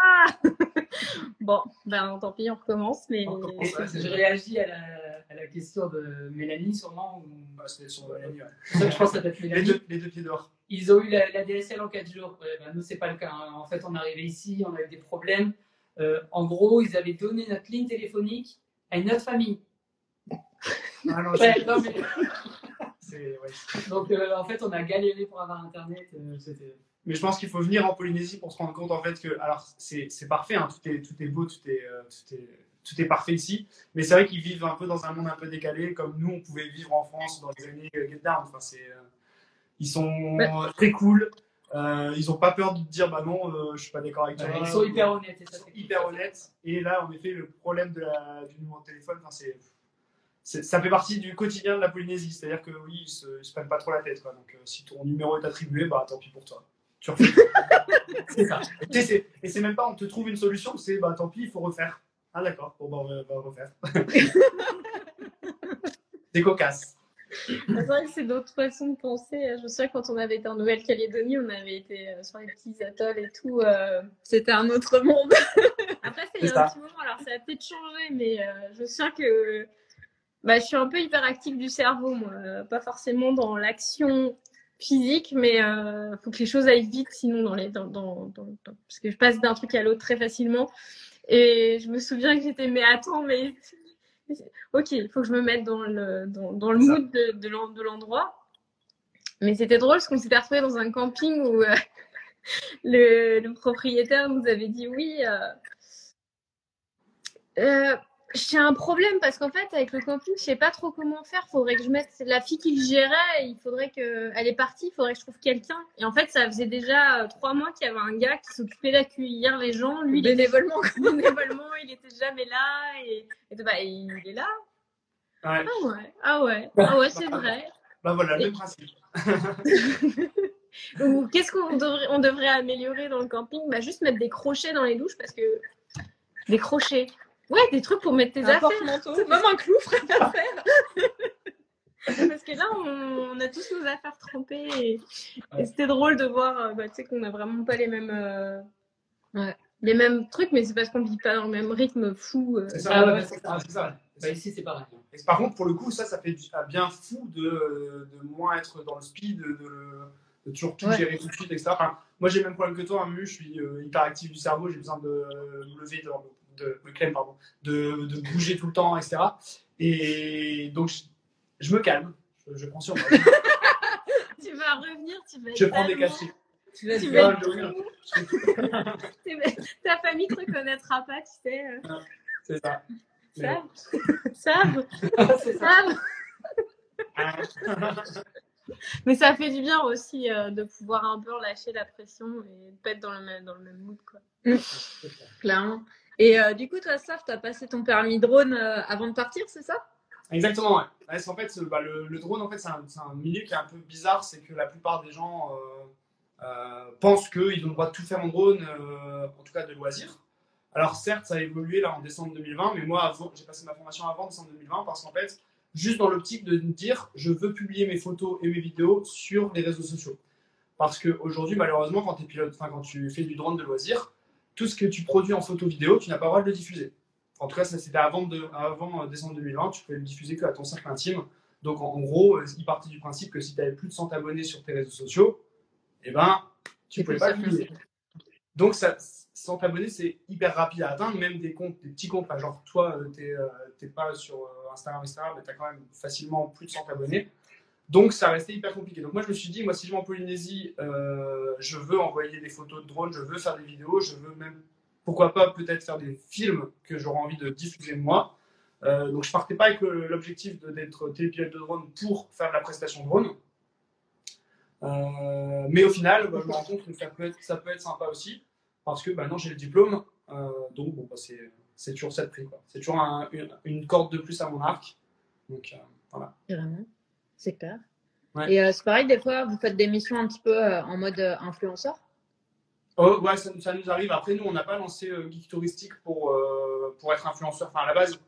C: Bon, tant pis, on recommence. Mais
E: je réagis à la question de Mélanie, sûrement.
D: C'est sur Mélanie, ouais.
E: Je pense que ça peut être Mélanie.
D: Les deux pieds dehors.
E: Ils ont eu la DSL en 4 jours. Nous, c'est pas le cas. En fait, on est arrivé ici, on a eu des problèmes. En gros, ils avaient donné notre ligne téléphonique à une autre famille.
D: Ah non,
E: Donc, en fait, on a galéré pour avoir Internet.
D: Mais je pense qu'il faut venir en Polynésie pour se rendre compte en fait que, alors c'est parfait, hein, tout est beau, tout est parfait ici, mais c'est vrai qu'ils vivent un peu dans un monde un peu décalé, comme nous on pouvait vivre en France dans les années Get Down. Enfin, ils sont très cool. Ils n'ont pas peur de te dire bah non, je suis pas d'accord avec toi.
E: Ils sont hyper honnêtes.
D: Hyper honnêtes. Et là, en effet, le problème du numéro de téléphone, ça fait partie du quotidien de la Polynésie. C'est-à-dire que oui, ils se prennent pas trop la tête. Quoi. Donc si ton numéro est attribué, bah tant pis pour toi. Tu refais. C'est ça. Et c'est même pas on te trouve une solution, c'est bah tant pis, il faut refaire. Ah d'accord, bon bah on va refaire. C'est cocasse.
C: C'est vrai que c'est d'autres façons de penser. Je me souviens quand on avait été en Nouvelle-Calédonie, on avait été sur les petits atolls et tout. C'était un autre monde. Après, il y a un petit moment, alors ça a peut-être changé, mais je me souviens que je suis un peu hyperactive du cerveau, moi. Pas forcément dans l'action physique, mais faut que les choses aillent vite, sinon parce que je passe d'un truc à l'autre très facilement. Et je me souviens que j'étais, mais attends, mais ok, il faut que je me mette dans le mood de l'endroit. Mais c'était drôle parce qu'on s'était retrouvés dans un camping où le propriétaire nous avait dit oui. J'ai un problème parce qu'en fait, avec le camping, je sais pas trop comment faire. Faudrait que je mette la fille qui le gérait. Il faudrait elle est partie. Il faudrait que je trouve quelqu'un. Et en fait, ça faisait déjà 3 mois qu'il y avait un gars qui s'occupait d'accueillir les gens. Lui, bénévolement, il était jamais là. Et il est là.
D: Ouais.
C: Ah ouais, c'est vrai.
D: Bah voilà, le même principe.
C: Ou qu'est-ce qu'on devrait améliorer dans le camping? Juste mettre des crochets dans les douches parce que des crochets. Ouais, des trucs pour mettre tes affaires.
B: Même un clou ferait l'affaire.
C: Parce que là, on a tous nos affaires trempées et c'était drôle de voir tu sais, qu'on n'a vraiment pas les mêmes trucs, mais c'est parce qu'on ne vit pas dans le même rythme fou.
D: C'est ça. C'est ça.
E: Ici, c'est pareil.
D: Et par contre, pour le coup, ça fait bien fou de moins être dans le speed, de toujours tout gérer tout de suite, etc. Enfin, moi, j'ai le même problème que toi, je suis hyperactif du cerveau, j'ai besoin de me lever, de bouger tout le temps, etc. Et donc, je me calme, je prends sur moi.
C: Tu vas revenir, tu vas être
D: je prends des cachets.
C: Ta famille ne te reconnaîtra pas, tu sais.
D: C'est ça.
C: Savent. Mais ça fait du bien aussi de pouvoir un peu relâcher la pression et de pas être dans le même mood, quoi.
B: Clairement. Et du coup, toi, Saf, tu as passé ton permis drone avant de partir, c'est ça?
D: Exactement, ouais. En fait, le drone, en fait, c'est un milieu qui est un peu bizarre. C'est que la plupart des gens pensent qu'ils ont le droit de tout faire en drone, en tout cas de loisirs. Alors certes, ça a évolué là en décembre 2020, mais moi, j'ai passé ma formation avant décembre 2020 parce qu'en fait, juste dans l'optique de me dire, je veux publier mes photos et mes vidéos sur les réseaux sociaux. Parce qu'aujourd'hui, malheureusement, quand tu fais du drone de loisirs, tout ce que tu produis en photo vidéo, tu n'as pas le droit de le diffuser. En tout cas, ça c'était avant décembre 2020, tu pouvais le diffuser qu'à ton cercle intime. Donc en gros, il partait du principe que si tu avais plus de 100 abonnés sur tes réseaux sociaux, eh ben, tu ne pouvais pas le diffuser. Donc 100 abonnés, c'est hyper rapide à atteindre, même des petits comptes, genre toi, tu n'es pas sur Instagram, mais tu as quand même facilement plus de 100 abonnés. Donc ça restait hyper compliqué. Donc moi je me suis dit, si je vais en Polynésie, je veux envoyer des photos de drone, je veux faire des vidéos, je veux même, pourquoi pas peut-être faire des films que j'aurais envie de diffuser moi. Donc je partais pas avec l'objectif d'être télépilote de drone pour faire de la prestation drone. Mais au final, je me rends compte que ça peut être sympa aussi, parce que maintenant j'ai le diplôme, donc c'est toujours ça de prix, quoi. C'est toujours une corde de plus à mon arc. Donc voilà.
B: Vraiment. C'est clair.
D: Ouais.
B: Et c'est pareil, des fois, vous faites des missions un petit peu en mode influenceur?
D: Oh, ouais, ça nous arrive. Après, nous, on n'a pas lancé Geek Touristique pour être influenceur. Enfin, à la base,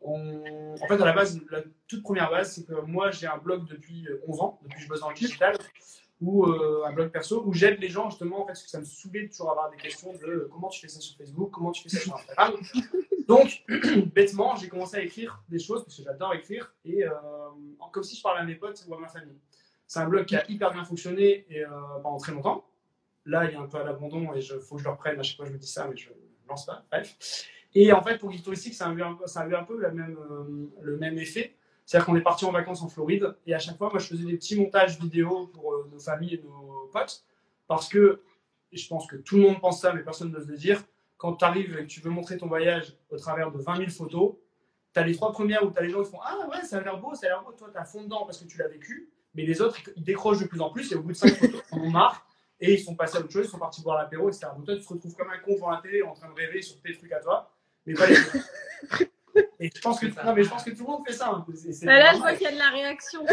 D: la toute première base, c'est que moi, j'ai un blog depuis 11 ans, depuis que je bosse dans le digital, ou un blog perso, où j'aide les gens, justement, en fait, parce que ça me saoulait de toujours avoir des questions de comment tu fais ça sur Facebook, comment tu fais ça sur Instagram. Donc, bêtement, j'ai commencé à écrire des choses, parce que j'adore écrire, et comme si je parlais à mes potes ou à ma famille. C'est un blog qui a hyper bien fonctionné pendant très longtemps. Là, il est un peu à l'abandon, et il faut que je le reprenne. À chaque fois, je me dis ça, mais je ne lance pas. Bref. Et en fait, pour Geek Touristique, ça a eu un peu le même effet. C'est-à-dire qu'on est parti en vacances en Floride, et à chaque fois, moi, je faisais des petits montages vidéo pour nos familles et nos potes, parce que, et je pense que tout le monde pense ça, mais personne n'ose le dire, quand tu arrives et que tu veux montrer ton voyage au travers de 20 000 photos, tu as les 3 premières où tu as les gens qui font « Ah ouais, ça a l'air beau, toi, tu as fond dedans parce que tu l'as vécu », mais les autres, ils décrochent de plus en plus, et au bout de 5 photos, ils en ont marre, et ils sont passés à autre chose, ils sont partis boire l'apéro, etc. Donc toi, tu te retrouves comme un con devant la télé en train de rêver sur tes trucs à toi, mais pas les autres. Et je pense que tout le monde fait ça. Hein.
C: Là, je vois qu'il y a de la réaction.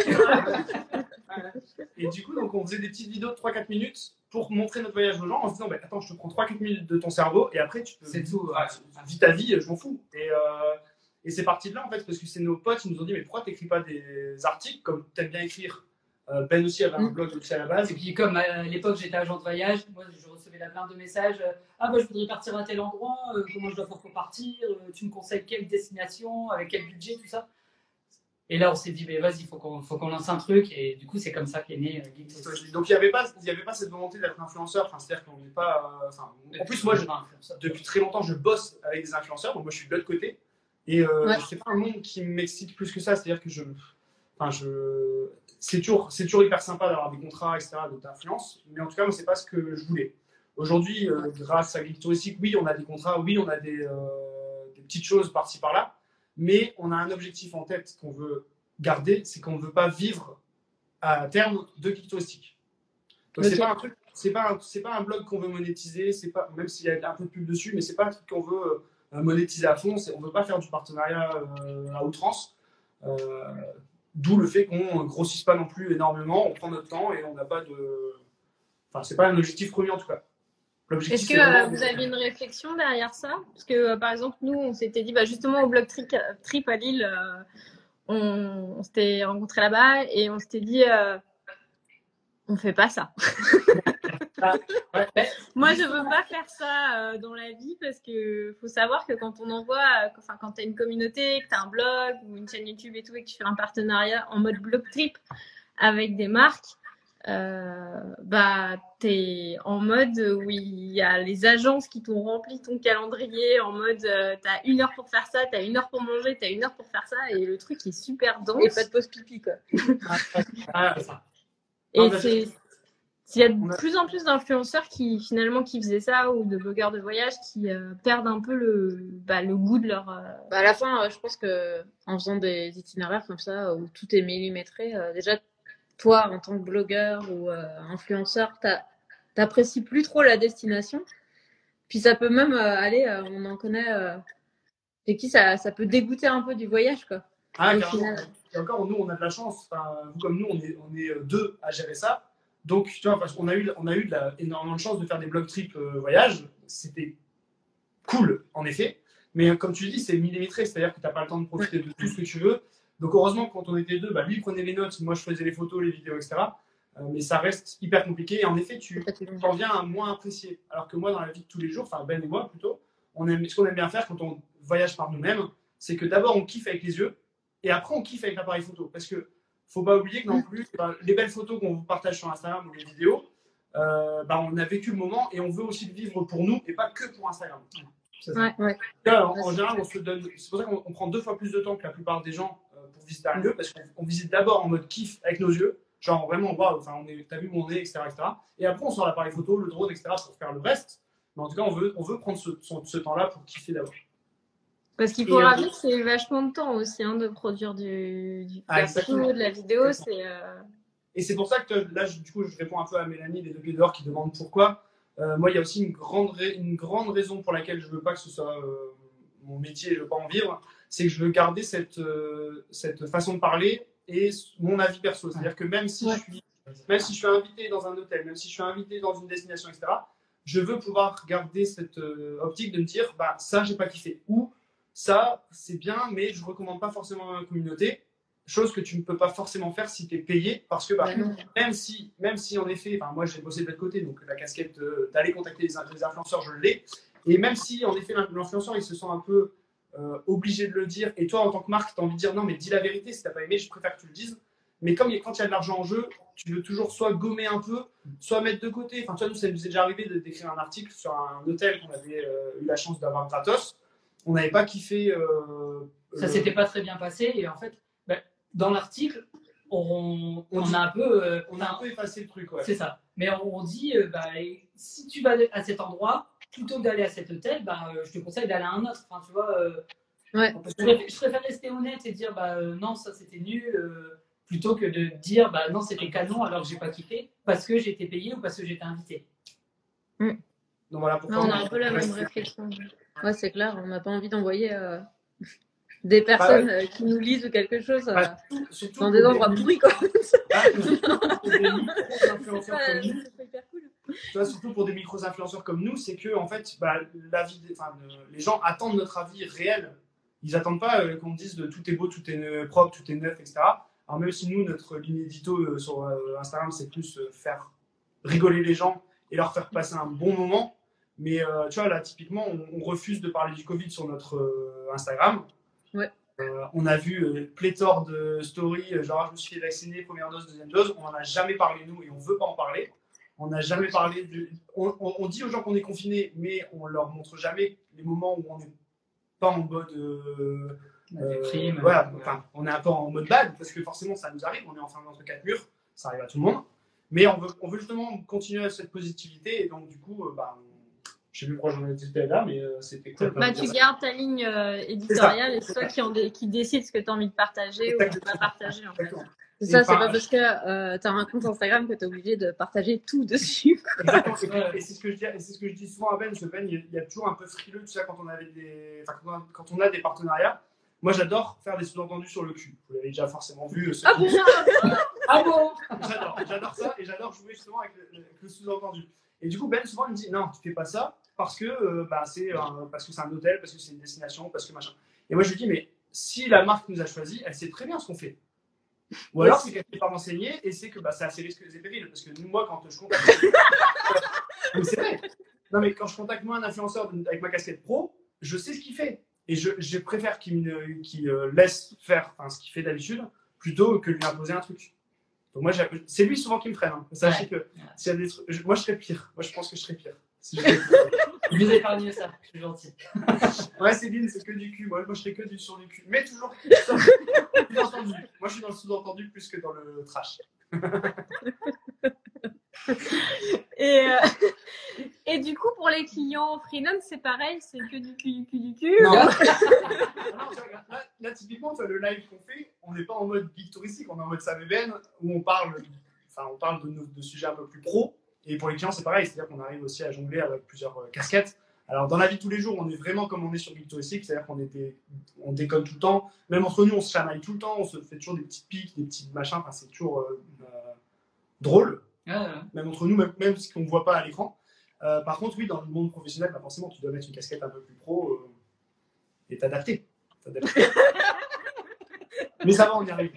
D: Et du coup, donc, on faisait des petites vidéos de 3-4 minutes pour montrer notre voyage aux gens en se disant attends, je te prends 3-4 minutes de ton cerveau et après, tu peux.
E: C'est tout.
D: Vis ta vie, je m'en fous. Et c'est parti de là, en fait, parce que c'est nos potes qui nous ont dit mais pourquoi tu n'écris pas des articles comme tu aimes bien écrire? Ben aussi avait un blog aussi à la base.
E: Et puis comme à l'époque j'étais agent de voyage, moi je recevais la plainte de messages. Je voudrais partir à tel endroit, comment je dois faire pour partir, tu me conseilles quelle destination, avec quel budget, tout ça. Et là on s'est dit vas-y, faut qu'on lance un truc, et du coup c'est comme ça qu'est né Geek Touristique.
D: Donc il n'y avait pas cette volonté d'être influenceur, c'est-à-dire qu'on n'est pas. En plus moi depuis très longtemps je bosse avec des influenceurs, donc moi je suis de l'autre côté. Et c'est pas un monde qui m'excite plus que ça, c'est-à-dire que c'est toujours hyper sympa d'avoir des contrats, etc., d'influence, mais en tout cas, moi, c'est pas ce que je voulais. Aujourd'hui, grâce à Geek Touristique, oui, on a des contrats, oui, on a des petites choses par-ci par-là, mais on a un objectif en tête qu'on veut garder, c'est qu'on ne veut pas vivre à terme de Geek Touristique. Donc, c'est pas un blog qu'on veut monétiser, même s'il y a un peu de pub dessus, mais c'est pas un truc qu'on veut monétiser à fond, on veut pas faire du partenariat à outrance. D'où le fait qu'on ne grossisse pas non plus énormément, on prend notre temps et on n'a pas de. Enfin, c'est pas un objectif premier en tout cas.
C: Est-ce que vous avez une réflexion derrière ça? Parce que par exemple, nous, on s'était dit, justement au Blog Trip à Lille, on s'était rencontrés là-bas et on s'était dit, on fait pas ça. Moi, je veux pas faire ça dans la vie parce que faut savoir que quand on envoie, quand tu as une communauté, que tu as un blog ou une chaîne YouTube et tout, et que tu fais un partenariat en mode blog trip avec des marques, t'es en mode où il y a les agences qui t'ont rempli ton calendrier en mode t'as 1 heure pour faire ça, t'as 1 heure pour manger, t'as 1 heure pour faire ça, et le truc est super dense.
B: Et pas de pause pipi, quoi.
C: Il y a de plus en plus d'influenceurs qui faisaient ça, ou de blogueurs de voyage qui perdent un peu le goût de leur.
B: À la fin, je pense que en faisant des itinéraires comme ça où tout est millimétré, déjà toi en tant que blogueur ou influenceur, t'apprécies plus trop la destination. Puis ça peut même aller, on en connaît, et qui ça peut dégoûter un peu du voyage, quoi.
D: Et encore, nous on a de la chance. Vous comme nous, on est 2 à gérer ça. Donc, tu vois, parce qu'on a eu énormément de chance de faire des blog trips voyage. C'était cool, en effet. Mais comme tu dis, c'est millimétré, c'est-à-dire que tu n'as pas le temps de profiter de tout ce que tu veux. Donc heureusement, quand on était deux, lui prenait les notes, moi je faisais les photos, les vidéos, etc. Mais ça reste hyper compliqué. Et en effet, tu en viens à moins apprécier. Alors que moi, dans la vie de tous les jours, enfin Ben et moi plutôt, ce qu'on aime bien faire quand on voyage par nous-mêmes, c'est que d'abord on kiffe avec les yeux et après on kiffe avec l'appareil photo. Parce que faut pas oublier que non plus, les belles photos qu'on vous partage sur Instagram ou les vidéos, on a vécu le moment et on veut aussi le vivre pour nous et pas que pour Instagram.
B: Ouais.
D: Là, en général, on se donne. C'est pour ça qu'on prend 2 fois plus de temps que la plupart des gens pour visiter un lieu, parce qu'on visite d'abord en mode kiff avec nos yeux, genre vraiment, waouh, t'as vu mon nez, etc., etc. Et après, on sort l'appareil photo, le drone, etc., pour faire le reste. Mais en tout cas, on veut prendre ce temps-là pour kiffer d'abord.
C: Parce qu'il faut rappeler que c'est vachement de temps aussi de produire du photo, de la vidéo.
D: Et c'est pour ça que là, du coup, je réponds un peu à Mélanie des Deux Pieds Dehors qui demande pourquoi. Moi, il y a aussi une grande raison pour laquelle je ne veux pas que ce soit mon métier et je ne veux pas en vivre, c'est que je veux garder cette façon de parler et mon avis perso. C'est-à-dire que même si je suis invité dans un hôtel, même si je suis invité dans une destination, etc., je veux pouvoir garder cette optique de me dire ça, j'ai pas kiffé. Ou ça, c'est bien, mais je ne recommande pas forcément à ma communauté. Chose que tu ne peux pas forcément faire si tu es payé, parce que même si en effet, moi j'ai bossé de l'autre côté, donc la casquette d'aller contacter les influenceurs, je l'ai, et même si en effet l'influenceur il se sent un peu obligé de le dire, et toi en tant que marque tu as envie de dire non mais dis la vérité, si tu n'as pas aimé je préfère que tu le dises, mais quand il y a de l'argent en jeu, tu veux toujours soit gommer un peu, soit mettre de côté. Enfin tu vois, nous ça nous est déjà arrivé d'écrire un article sur un hôtel qu'on avait eu la chance d'avoir gratos, on n'avait pas kiffé.
E: Ça s'était pas très bien passé, et en fait dans l'article, on a un peu
D: effacé le truc. Ouais.
E: C'est ça. Mais on dit, si tu vas à cet endroit, plutôt que d'aller à cet hôtel, je te conseille d'aller à un autre. Enfin, tu vois, je préfère rester honnête et dire, non, ça c'était nul, plutôt que de dire, non, c'était canon alors que j'ai pas kiffé, parce que j'ai été payé ou parce que j'étais invité.
D: Donc voilà pourquoi
B: on a un peu la même réflexion. Ouais, c'est clair, on n'a pas envie d'envoyer des personnes qui nous lisent ou quelque chose dans des endroits pourris quoi.
D: Surtout pour des micro-influenceurs comme nous, c'est que en fait, les gens attendent notre avis réel. Ils n'attendent pas qu'on dise de tout est beau, tout est propre, tout est neuf, etc. Alors même si nous, notre ligne édito sur Instagram, c'est plus faire rigoler les gens et leur faire passer un bon moment. Mais tu vois, là, typiquement, on refuse de parler du Covid sur notre Instagram.
B: Ouais.
D: On a vu pléthore de stories, genre je me suis fait vacciner, première dose, deuxième dose. On n'en a jamais parlé, nous, et on ne veut pas en parler. On n'a jamais parlé on dit aux gens qu'on est confinés, mais on ne leur montre jamais les moments où on n'est pas en mode. On est un peu en mode bad, parce que forcément, ça nous arrive. On est enfermé entre 4 murs, ça arrive à tout le monde. Mais on veut justement continuer cette positivité, et donc, du coup, je ne sais plus pourquoi j'en ai dit là, mais c'était cool.
C: Tu gardes ta ligne éditoriale et c'est toi qui décides ce que tu as envie de partager ou de ne pas partager. En fait.
B: C'est ça, c'est pas parce que tu as un compte Instagram que tu es obligé de partager tout dessus.
D: Exactement, et c'est ce que je dis souvent à Ben, parce que Ben, il y a toujours un peu frileux, tu sais, quand on a des partenariats. Moi, j'adore faire des sous-entendus sur le cul. Vous l'avez déjà forcément vu.
E: Ah bon
D: J'adore ça, et j'adore jouer justement avec le sous-entendu. Et du coup, Ben, souvent, il me dit non, tu fais pas ça parce que c'est un hôtel, parce que c'est une destination, parce que machin. Et moi, je lui dis, mais si la marque nous a choisi, elle sait très bien ce qu'on fait. Ou alors, c'est qu'elle ne s'est pas renseignée et c'est que c'est assez risqué et périls. Parce que moi, quand je contacte. Mais c'est vrai. Non, mais quand je contacte moi un influenceur avec ma casquette pro, je sais ce qu'il fait. Et je préfère qu'il laisse faire ce qu'il fait d'habitude plutôt que lui imposer un truc. Donc moi, c'est lui souvent qui me freine. Sachez que s'il y a des trucs, moi je serais pire. Moi je pense que je serais pire.
E: Je vous épargne ça, je suis gentil.
D: Ouais, Céline, c'est que du cul. Moi je serais que sur du cul. Mais toujours sous-entendu. Moi je suis dans le sous-entendu plus que dans le trash.
C: Et du coup, pour les clients freelance, c'est pareil, c'est que du cul.
D: Non. Là, typiquement, tu vois, le live qu'on fait, on n'est pas en mode geek touristique, on est en mode Sam et Ben, où on parle de sujets un peu plus pro. Et pour les clients, c'est pareil, c'est-à-dire qu'on arrive aussi à jongler avec plusieurs casquettes. Alors, dans la vie de tous les jours, on est vraiment comme on est sur geek touristique, c'est-à-dire qu'on déconne tout le temps. Même entre nous, on se chamaille tout le temps, on se fait toujours des petites piques, des petits machins, c'est toujours drôle. Même entre nous, même ce qu'on ne voit pas à l'écran. Par contre, oui, dans le monde professionnel, bah, forcément, tu dois mettre une casquette un peu plus pro et t'adapter. Mais ça va, on y arrive.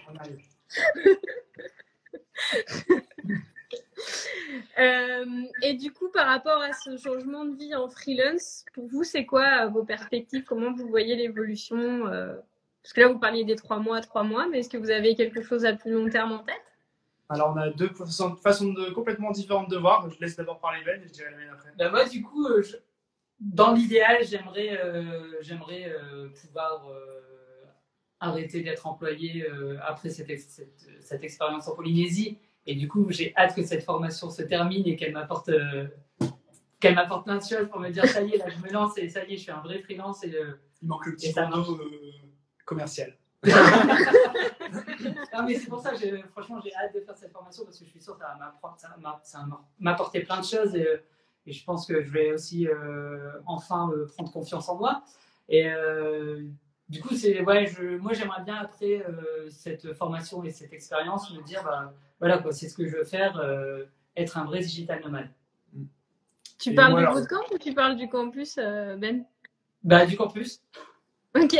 C: Et du coup, par rapport à ce changement de vie en freelance, pour vous, c'est quoi vos perspectives? Comment vous voyez l'évolution? Parce que là, vous parliez des 3 mois, mais est-ce que vous avez quelque chose à plus long terme en tête?
D: Alors, on a deux façons complètement différentes de voir. Je laisse d'abord parler Ben et je dirai la mienne après.
E: Bah moi, du coup, dans l'idéal, j'aimerais pouvoir arrêter d'être employé après cette expérience en Polynésie. Et du coup, j'ai hâte que cette formation se termine et qu'elle m'apporte plein de choses pour me dire ça y est, là, je me lance et ça y est, je suis un vrai freelance. Et,
D: il manque le petit bandeau commercial.
E: Non, mais c'est pour ça que franchement, j'ai hâte de faire cette formation parce que je suis sûr que ça va m'apporter plein de choses et je pense que je vais aussi enfin prendre confiance en moi. Et du coup, moi, j'aimerais bien après cette formation et cette expérience me dire, bah, voilà, quoi, c'est ce que je veux faire, être un vrai digital nomade.
C: Tu parles du bootcamp ou tu parles du campus, Ben?
E: Bah, du campus.
C: Ok.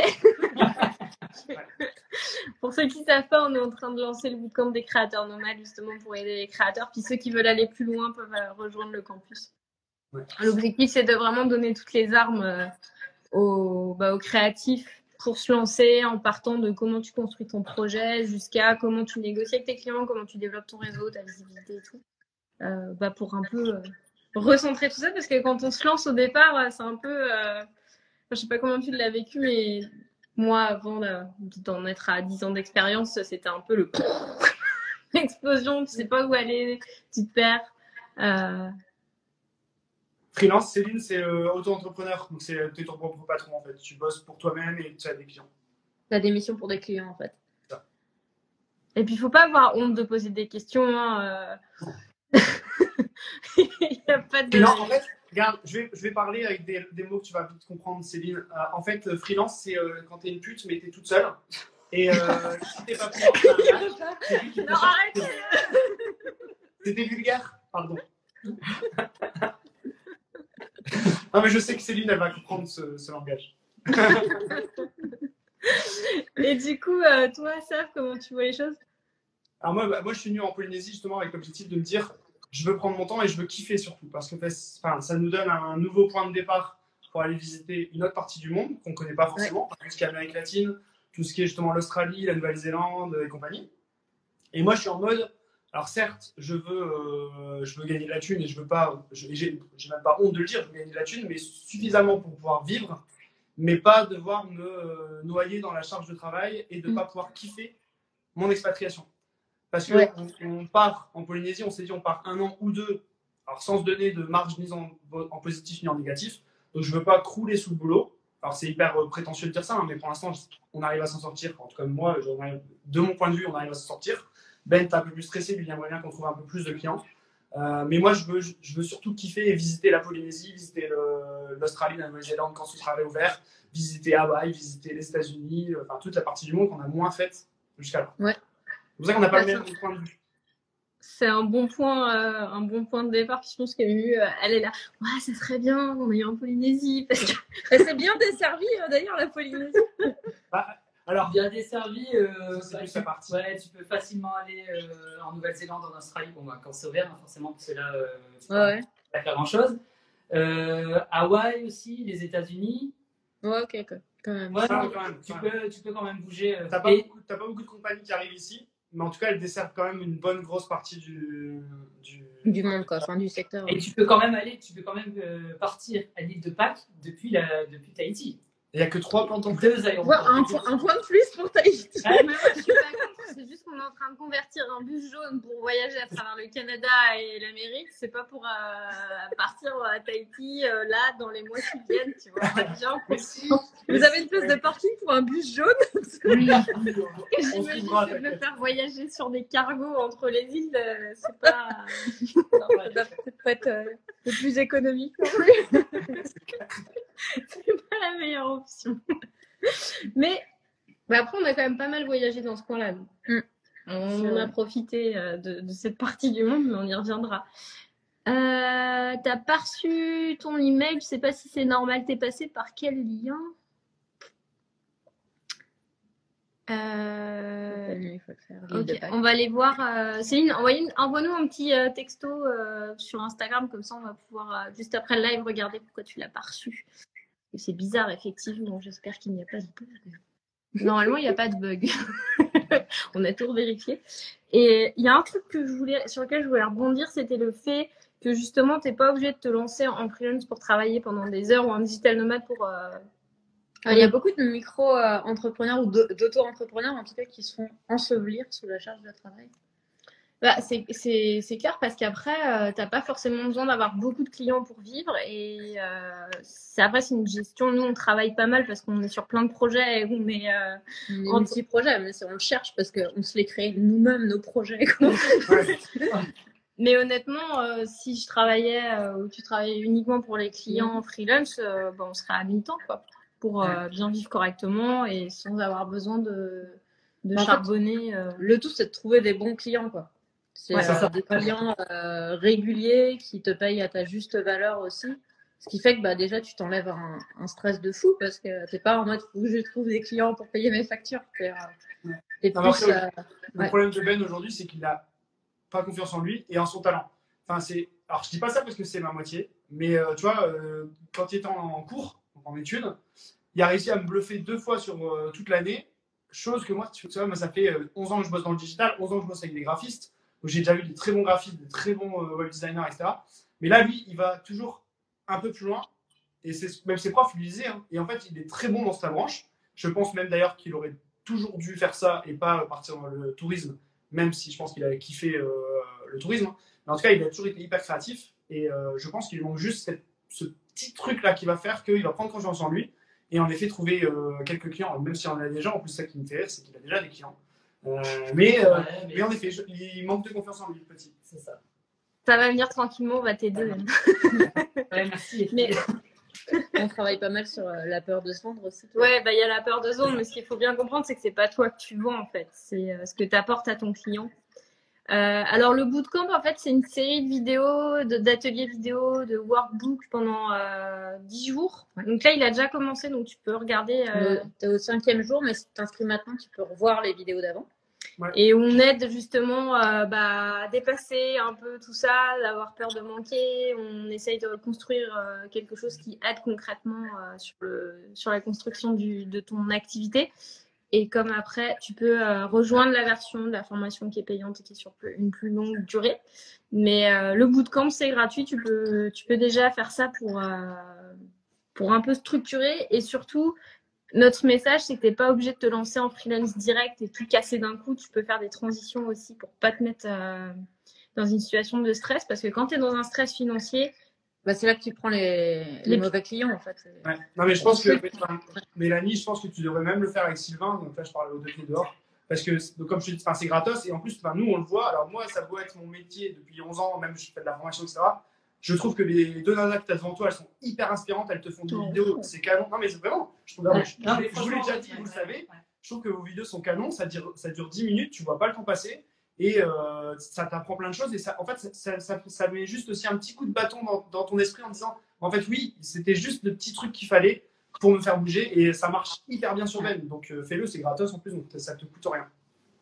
C: Pour ceux qui ne savent pas, on est en train de lancer le bootcamp des créateurs nomades justement pour aider les créateurs. Puis ceux qui veulent aller plus loin peuvent rejoindre le campus. Ouais. L'objectif, c'est de vraiment donner toutes les armes aux créatifs pour se lancer en partant de comment tu construis ton projet jusqu'à comment tu négocies avec tes clients, comment tu développes ton réseau, ta visibilité et tout. Pour un peu recentrer tout ça parce que quand on se lance au départ, c'est un peu... je sais pas comment tu l'as vécu, mais moi, avant d'en être à 10 ans d'expérience, c'était un peu l'explosion. Tu sais pas où aller, tu te perds.
D: Freelance, Céline, c'est auto-entrepreneur. Donc, tu es ton propre patron, en fait. Tu bosses pour toi-même et tu as des clients.
C: Tu as des missions pour des clients, en fait. Ça. Et puis, il faut pas avoir honte de poser des questions. Hein. Il y a pas de...
D: Non, en fait, regarde, je vais parler avec des mots que tu vas vite comprendre, Céline. En fait, freelance, c'est quand t'es une pute, mais t'es toute seule. Et si t'es pas freelance,
C: non, arrête.
D: C'était vulgaire, pardon. Non, mais je sais que Céline, elle va comprendre ce langage.
C: Et du coup, toi, Saf, comment tu vois les choses?
D: Alors moi, je suis venu en Polynésie justement avec l'objectif de me dire je veux prendre mon temps et je veux kiffer surtout parce que ça nous donne un nouveau point de départ pour aller visiter une autre partie du monde qu'on ne connaît pas forcément, tout ce qui est Amérique latine, tout ce qui est justement l'Australie, la Nouvelle-Zélande et compagnie. Et moi, je suis en mode, alors certes, je veux gagner de la thune et j'ai même pas honte de le dire, je veux gagner de la thune, mais suffisamment pour pouvoir vivre, mais pas devoir me noyer dans la charge de travail et de ne pas pouvoir kiffer mon expatriation. Parce qu'on part en Polynésie, on s'est dit on part 1 an ou 2, alors sans se donner de marge ni en positif ni en négatif. Donc je ne veux pas crouler sous le boulot. Alors c'est hyper prétentieux de dire ça, hein, mais pour l'instant, on arrive à s'en sortir. En tout cas, moi, de mon point de vue, on arrive à s'en sortir. Ben, t'es un peu plus stressé, lui, il aimerait bien qu'on trouve un peu plus de clients. Mais moi, je veux surtout kiffer et visiter la Polynésie, visiter l'Australie, la Nouvelle-Zélande quand ce sera réouvert, visiter Hawaï, visiter les États-Unis, enfin toute la partie du monde qu'on a moins faite jusqu'à là. Ouais. C'est pour ça qu'on n'a pas le même point de vue.
C: C'est un bon point de départ. Puis je pense qu'elle est là. Ouais, ça serait bien qu'on aille en Polynésie. Parce que c'est bien desservi d'ailleurs la Polynésie.
E: Alors bien desservi, tu peux facilement aller en Nouvelle-Zélande, en Australie. Bon, quand c'est ouvert, hein, forcément, parce que là, tu peux pas faire grand-chose. Hawaï aussi, les États-Unis.
C: Ouais, ok, quand même.
E: Ouais, tu peux quand même bouger.
D: T'as pas beaucoup de compagnies qui arrivent ici. Mais en tout cas, elles desservent quand même une bonne grosse partie du
C: monde, quoi, enfin du secteur.
E: Et tu peux quand même partir à l'île de Pâques depuis Tahiti.
D: Il n'y a que 3 cantons.
E: 2 aéroports.
C: Un point de plus pour Tahiti. Mais moi, je suis pas contre. C'est juste qu'on est en train de convertir un bus jaune pour voyager à travers le Canada et l'Amérique. C'est pas pour partir à Tahiti là dans les mois qui viennent, tu vois. Vous avez une place de parking pour un bus jaune?
E: Oui.
C: J'imagine que de me faire voyager sur des cargos entre les îles, c'est pas. Non, ça doit peut-être pas être le plus économique non plus. C'est pas la meilleure option. Mais après, on a quand même pas mal voyagé dans ce coin-là. On a profité de cette partie du monde, mais on y reviendra. T'as pas reçu ton email, je sais pas si c'est normal, t'es passé par quel lien? Ok, on va aller voir. Céline, envoie-nous un petit texto sur Instagram, comme ça on va pouvoir, juste après le live, regarder pourquoi tu l'as pas reçu. C'est bizarre, effectivement, j'espère qu'il n'y a pas de bug. Normalement, il n'y a pas de bug. On a tout vérifié. Et il y a un truc sur lequel je voulais rebondir, c'était le fait que justement, tu n'es pas obligé de te lancer en freelance pour travailler pendant des heures ou en digital nomade pour...
B: Il y a beaucoup de micro-entrepreneurs ou d'auto-entrepreneurs en tout cas qui se font ensevelir sous la charge de travail.
C: Bah, c'est clair parce qu'après, t'as pas forcément besoin d'avoir beaucoup de clients pour vivre et après, c'est une gestion. Nous, on travaille pas mal parce qu'on est sur plein de projets et on est
B: en petits projets, mais on le cherche parce qu'on se les crée nous-mêmes, nos projets. Quoi.
C: Mais honnêtement, si je travaillais ou tu travaillais uniquement pour les clients freelance, on serait à mi-temps quoi, pour bien vivre correctement et sans avoir besoin de charbonner.
B: Le tout, c'est de trouver des bons clients quoi. C'est des clients réguliers qui te payent à ta juste valeur aussi. Ce qui fait que déjà, tu t'enlèves un stress de fou parce que t'es pas en mode faut que je trouve des clients pour payer mes factures.
D: Le problème de Ben aujourd'hui, c'est qu'il n'a pas confiance en lui et en son talent. Alors, je dis pas ça parce que c'est ma moitié, mais tu vois, quand il était en cours, en études, il a réussi à me bluffer 2 fois sur toute l'année. Chose que moi, tu vois, ça fait 11 ans que je bosse dans le digital, 11 ans que je bosse avec des graphistes. Où j'ai déjà vu des très bons graphistes, des très bons web designers, etc. Mais là, lui, il va toujours un peu plus loin. Et même ses profs lui disaient. Et en fait, il est très bon dans sa branche. Je pense même d'ailleurs qu'il aurait toujours dû faire ça et pas partir dans le tourisme, même si je pense qu'il avait kiffé le tourisme. Mais en tout cas, il a toujours été hyper créatif. Et je pense qu'il lui manque juste ce petit truc-là qui va faire qu'il va prendre confiance en lui. Et en effet, trouver quelques clients, même si on en a déjà. En plus, ça qui me fait rire, c'est qu'il a déjà des clients. Mais en effet, il manque de confiance en lui, le petit.
E: C'est ça.
C: Ça va venir tranquillement, on va t'aider.
E: Merci.
C: Mais
B: on travaille pas mal sur la peur de se vendre aussi.
C: Ouais, il y a la peur de se vendre, mais ce qu'il faut bien comprendre, c'est que c'est pas toi que tu vends en fait, c'est ce que tu apportes à ton client. Alors le bootcamp, en fait, c'est une série de vidéos, d'ateliers vidéo, de workbooks pendant 10 jours. Donc là, il a déjà commencé, donc tu peux regarder.
B: T'es au 5e jour, mais si tu t'inscris maintenant, tu peux revoir les vidéos d'avant.
C: Ouais. Et on aide justement à dépasser un peu tout ça, d'avoir peur de manquer. On essaye de construire quelque chose qui aide concrètement sur la construction de ton activité. Et comme après, tu peux rejoindre la version de la formation qui est payante et qui est sur une plus longue durée. Mais le bootcamp, c'est gratuit. Tu peux déjà faire ça pour un peu structurer. Et surtout, notre message, c'est que tu n'es pas obligé de te lancer en freelance direct et tout casser d'un coup. Tu peux faire des transitions aussi pour ne pas te mettre dans une situation de stress. Parce que quand tu es dans un stress financier,
B: c'est là que tu prends les mauvais clients, en fait.
D: Ouais. Non, mais je pense que, Mélanie, je pense que tu devrais même le faire avec Sylvain. Donc là, je parle aux deux pieds dehors. Parce que, donc, comme je te dis, c'est gratos. Et en plus, nous, on le voit. Alors, moi, ça doit être mon métier depuis 11 ans. Même, je fais de la formation, etc. Je trouve que les 2 nanas que tu as devant toi, elles sont hyper inspirantes. Elles te font des vidéos. C'est canon. Non, mais c'est vraiment. Je vous l'ai déjà dit, vous le savez. Je trouve que vos vidéos sont canons. Ça dure 10 minutes. Tu vois pas le temps passer. Et ça t'apprend plein de choses et ça, en fait, ça met juste aussi un petit coup de bâton dans ton esprit en disant en fait oui, c'était juste le petit truc qu'il fallait pour me faire bouger et ça marche hyper bien sur Ben, donc fais-le, c'est gratos en plus, donc ça te coûte rien.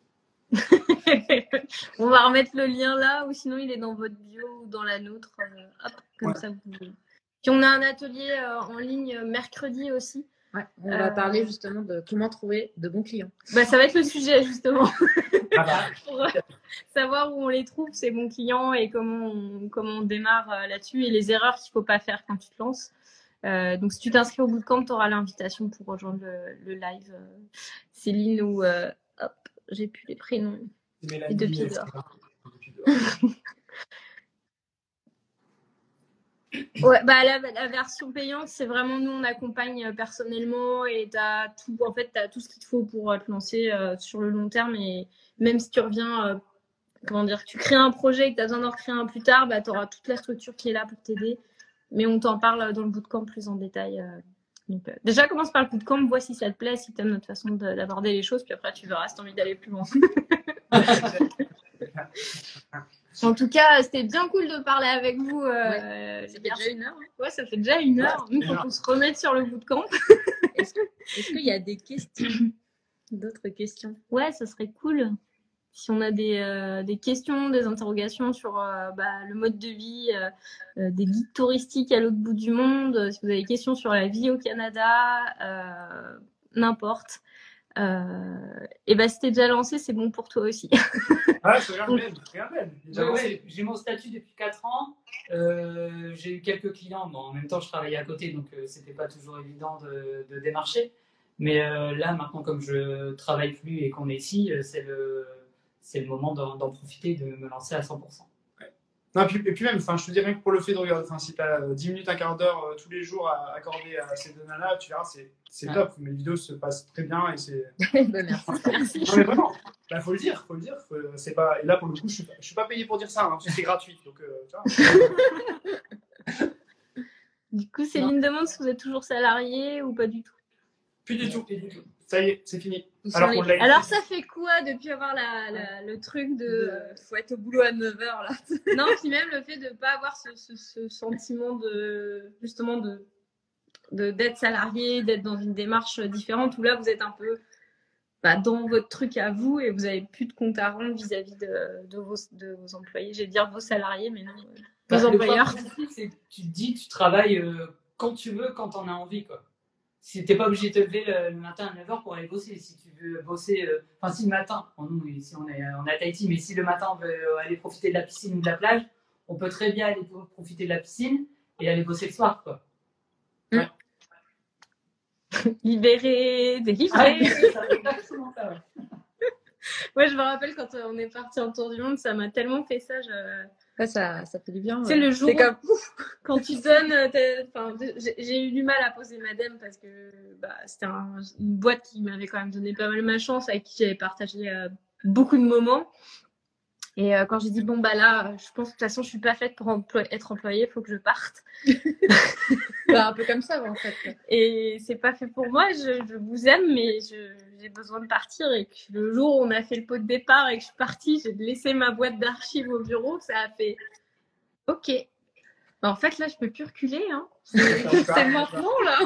C: On va remettre le lien là ou sinon il est dans votre bio ou dans la nôtre, hop, comme ça vous... Puis on a un atelier en ligne mercredi aussi.
B: Ouais, on va parler justement de comment trouver de bons clients.
C: Ça va être le sujet justement. Pour savoir où on les trouve, ces bons clients, et comment on démarre là-dessus et les erreurs qu'il ne faut pas faire quand tu te lances. Donc, si tu t'inscris au bootcamp, tu auras l'invitation pour rejoindre le live. Céline ou... hop, j'ai plus les prénoms.
D: Les
C: deux pieds dehors. Ouais, la version payante, c'est vraiment nous, on accompagne personnellement et t'as tout ce qu'il te faut pour te lancer sur le long terme. Et même si tu reviens, tu crées un projet et que tu as besoin d'en recréer un plus tard, tu auras toute la structure qui est là pour t'aider. Mais on t'en parle dans le bootcamp plus en détail. Donc, déjà, commence par le bootcamp, vois si ça te plaît, si tu aimes notre façon d'aborder les choses, puis après, tu verras si tu as envie d'aller plus loin. En tout cas, c'était bien cool de parler avec vous.
B: Ça fait déjà 1 heure.
C: Ouais, ça fait déjà 1 heure. Nous, faut qu'on se remette sur le bootcamp.
B: Est-ce qu'il y a des questions? D'autres questions?
C: Ouais, ça serait cool. Si on a des questions, des interrogations sur le mode de vie, des guides touristiques à l'autre bout du monde, si vous avez des questions sur la vie au Canada, n'importe. Si t'es déjà lancé, c'est bon pour toi aussi.
D: Ah, je regarde Ben.
E: J'ai mon statut depuis 4 ans. J'ai eu quelques clients. Bon, en même temps, je travaillais à côté, donc c'était pas toujours évident de démarcher. Mais là, maintenant, comme je travaille plus et qu'on est ici, c'est le moment d'en profiter, de me lancer à 100%.
D: Ouais. Non, et puis même, je te dis rien que pour le fait de regarder, si tu as 10 minutes, un quart d'heure tous les jours à accorder à ces deux nanas, tu verras, c'est top. Mes vidéos se passent très bien et c'est.
B: Merci.
D: Non, mais vraiment, faut le dire. C'est pas... Et là, pour le coup, je suis pas payé pour dire ça, parce que c'est gratuit. Donc, tu vois.
C: Du coup, Céline demande si vous êtes toujours salarié ou pas du tout.
D: Plus du tout. Ça y est, c'est fini.
C: Alors, ça fait quoi depuis avoir le truc de
B: faut être au boulot à 9h là?
C: Non, puis même le fait de ne pas avoir ce sentiment d'être salarié, d'être dans une démarche différente où là vous êtes un peu dans votre truc à vous et vous n'avez plus de compte à rendre vis-à-vis de vos employés. J'allais dire vos salariés, mais non, vos employeurs.
E: C'est que tu te dis, tu travailles quand tu veux, quand tu en as envie, quoi. Si tu n'es pas obligé de te lever le matin à 9h pour aller bosser, si tu veux bosser, si le matin, nous ici on est à Tahiti, mais si le matin on veut aller profiter de la piscine ou de la plage, on peut très bien aller profiter de la piscine et aller bosser le soir, quoi.
D: Ouais.
C: Libéré, délivré.
E: C'est exactement ça, ouais.
C: Ouais, je me rappelle quand on est parti en tour du monde, ça m'a tellement fait ça.
B: Ça fait du bien.
C: C'est le jour
B: c'est comme
C: quand tu donnes. J'ai eu du mal à poser ma dème parce que c'était une boîte qui m'avait quand même donné pas mal ma chance, avec qui j'avais partagé beaucoup de moments. Et quand j'ai dit là, je pense que de toute façon je suis pas faite pour être employée, il faut que je parte.
B: un peu comme ça en fait.
C: Et c'est pas fait pour moi. Je vous aime, mais j'ai besoin de partir. Et que le jour où on a fait le pot de départ et que je suis partie, j'ai laissé ma boîte d'archives au bureau. Ça a fait OK. En fait là, je peux plus reculer. Hein. C'est maintenant là.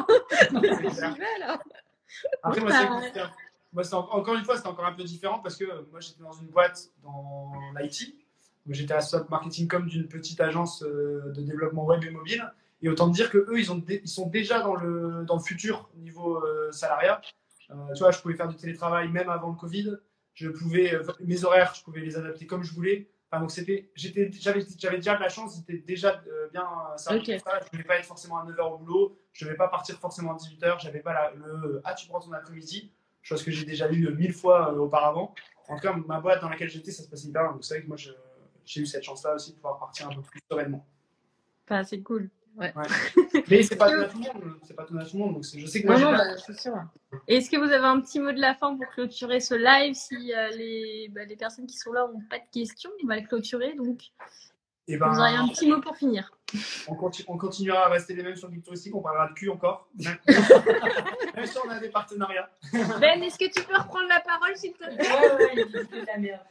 D: Après moi, encore une fois, c'était encore un peu différent parce que moi, j'étais dans une boîte dans l'IT. J'étais associate marketing com d'une petite agence de développement web et mobile. Et autant dire que eux, ils sont déjà dans le futur niveau salariat. Tu vois, je pouvais faire du télétravail même avant le Covid. Mes horaires, je pouvais les adapter comme je voulais. Enfin, donc j'avais déjà de la chance, c'était déjà bien servi.
C: Okay.
D: Je ne devais pas être forcément à 9h au boulot. Je ne devais pas partir forcément à 18h. J'avais pas tu prends ton après-midi. Chose que j'ai déjà eu 1000 fois auparavant. En tout cas, ma boîte dans laquelle j'étais, ça se passait hyper bien. Donc c'est vrai que moi, j'ai eu cette chance-là aussi de pouvoir partir un peu plus sereinement.
C: C'est cool. Ouais.
D: Mais c'est pas donné à tout le monde. C'est pas donné à tout le monde. Donc je sais que moi,
B: je suis sûre.
C: Est-ce que vous avez un petit mot de la fin pour clôturer ce live? Si les personnes qui sont là n'ont pas de questions, on va le clôturer. Donc, vous aurez un petit mot pour finir.
D: On continuera à rester les mêmes sur le guide touristique. On parlera de cul encore. Même si on a des partenariats.
C: Ben, est-ce que tu peux reprendre la parole, s'il te plaît?
E: Ouais, il dit la merde.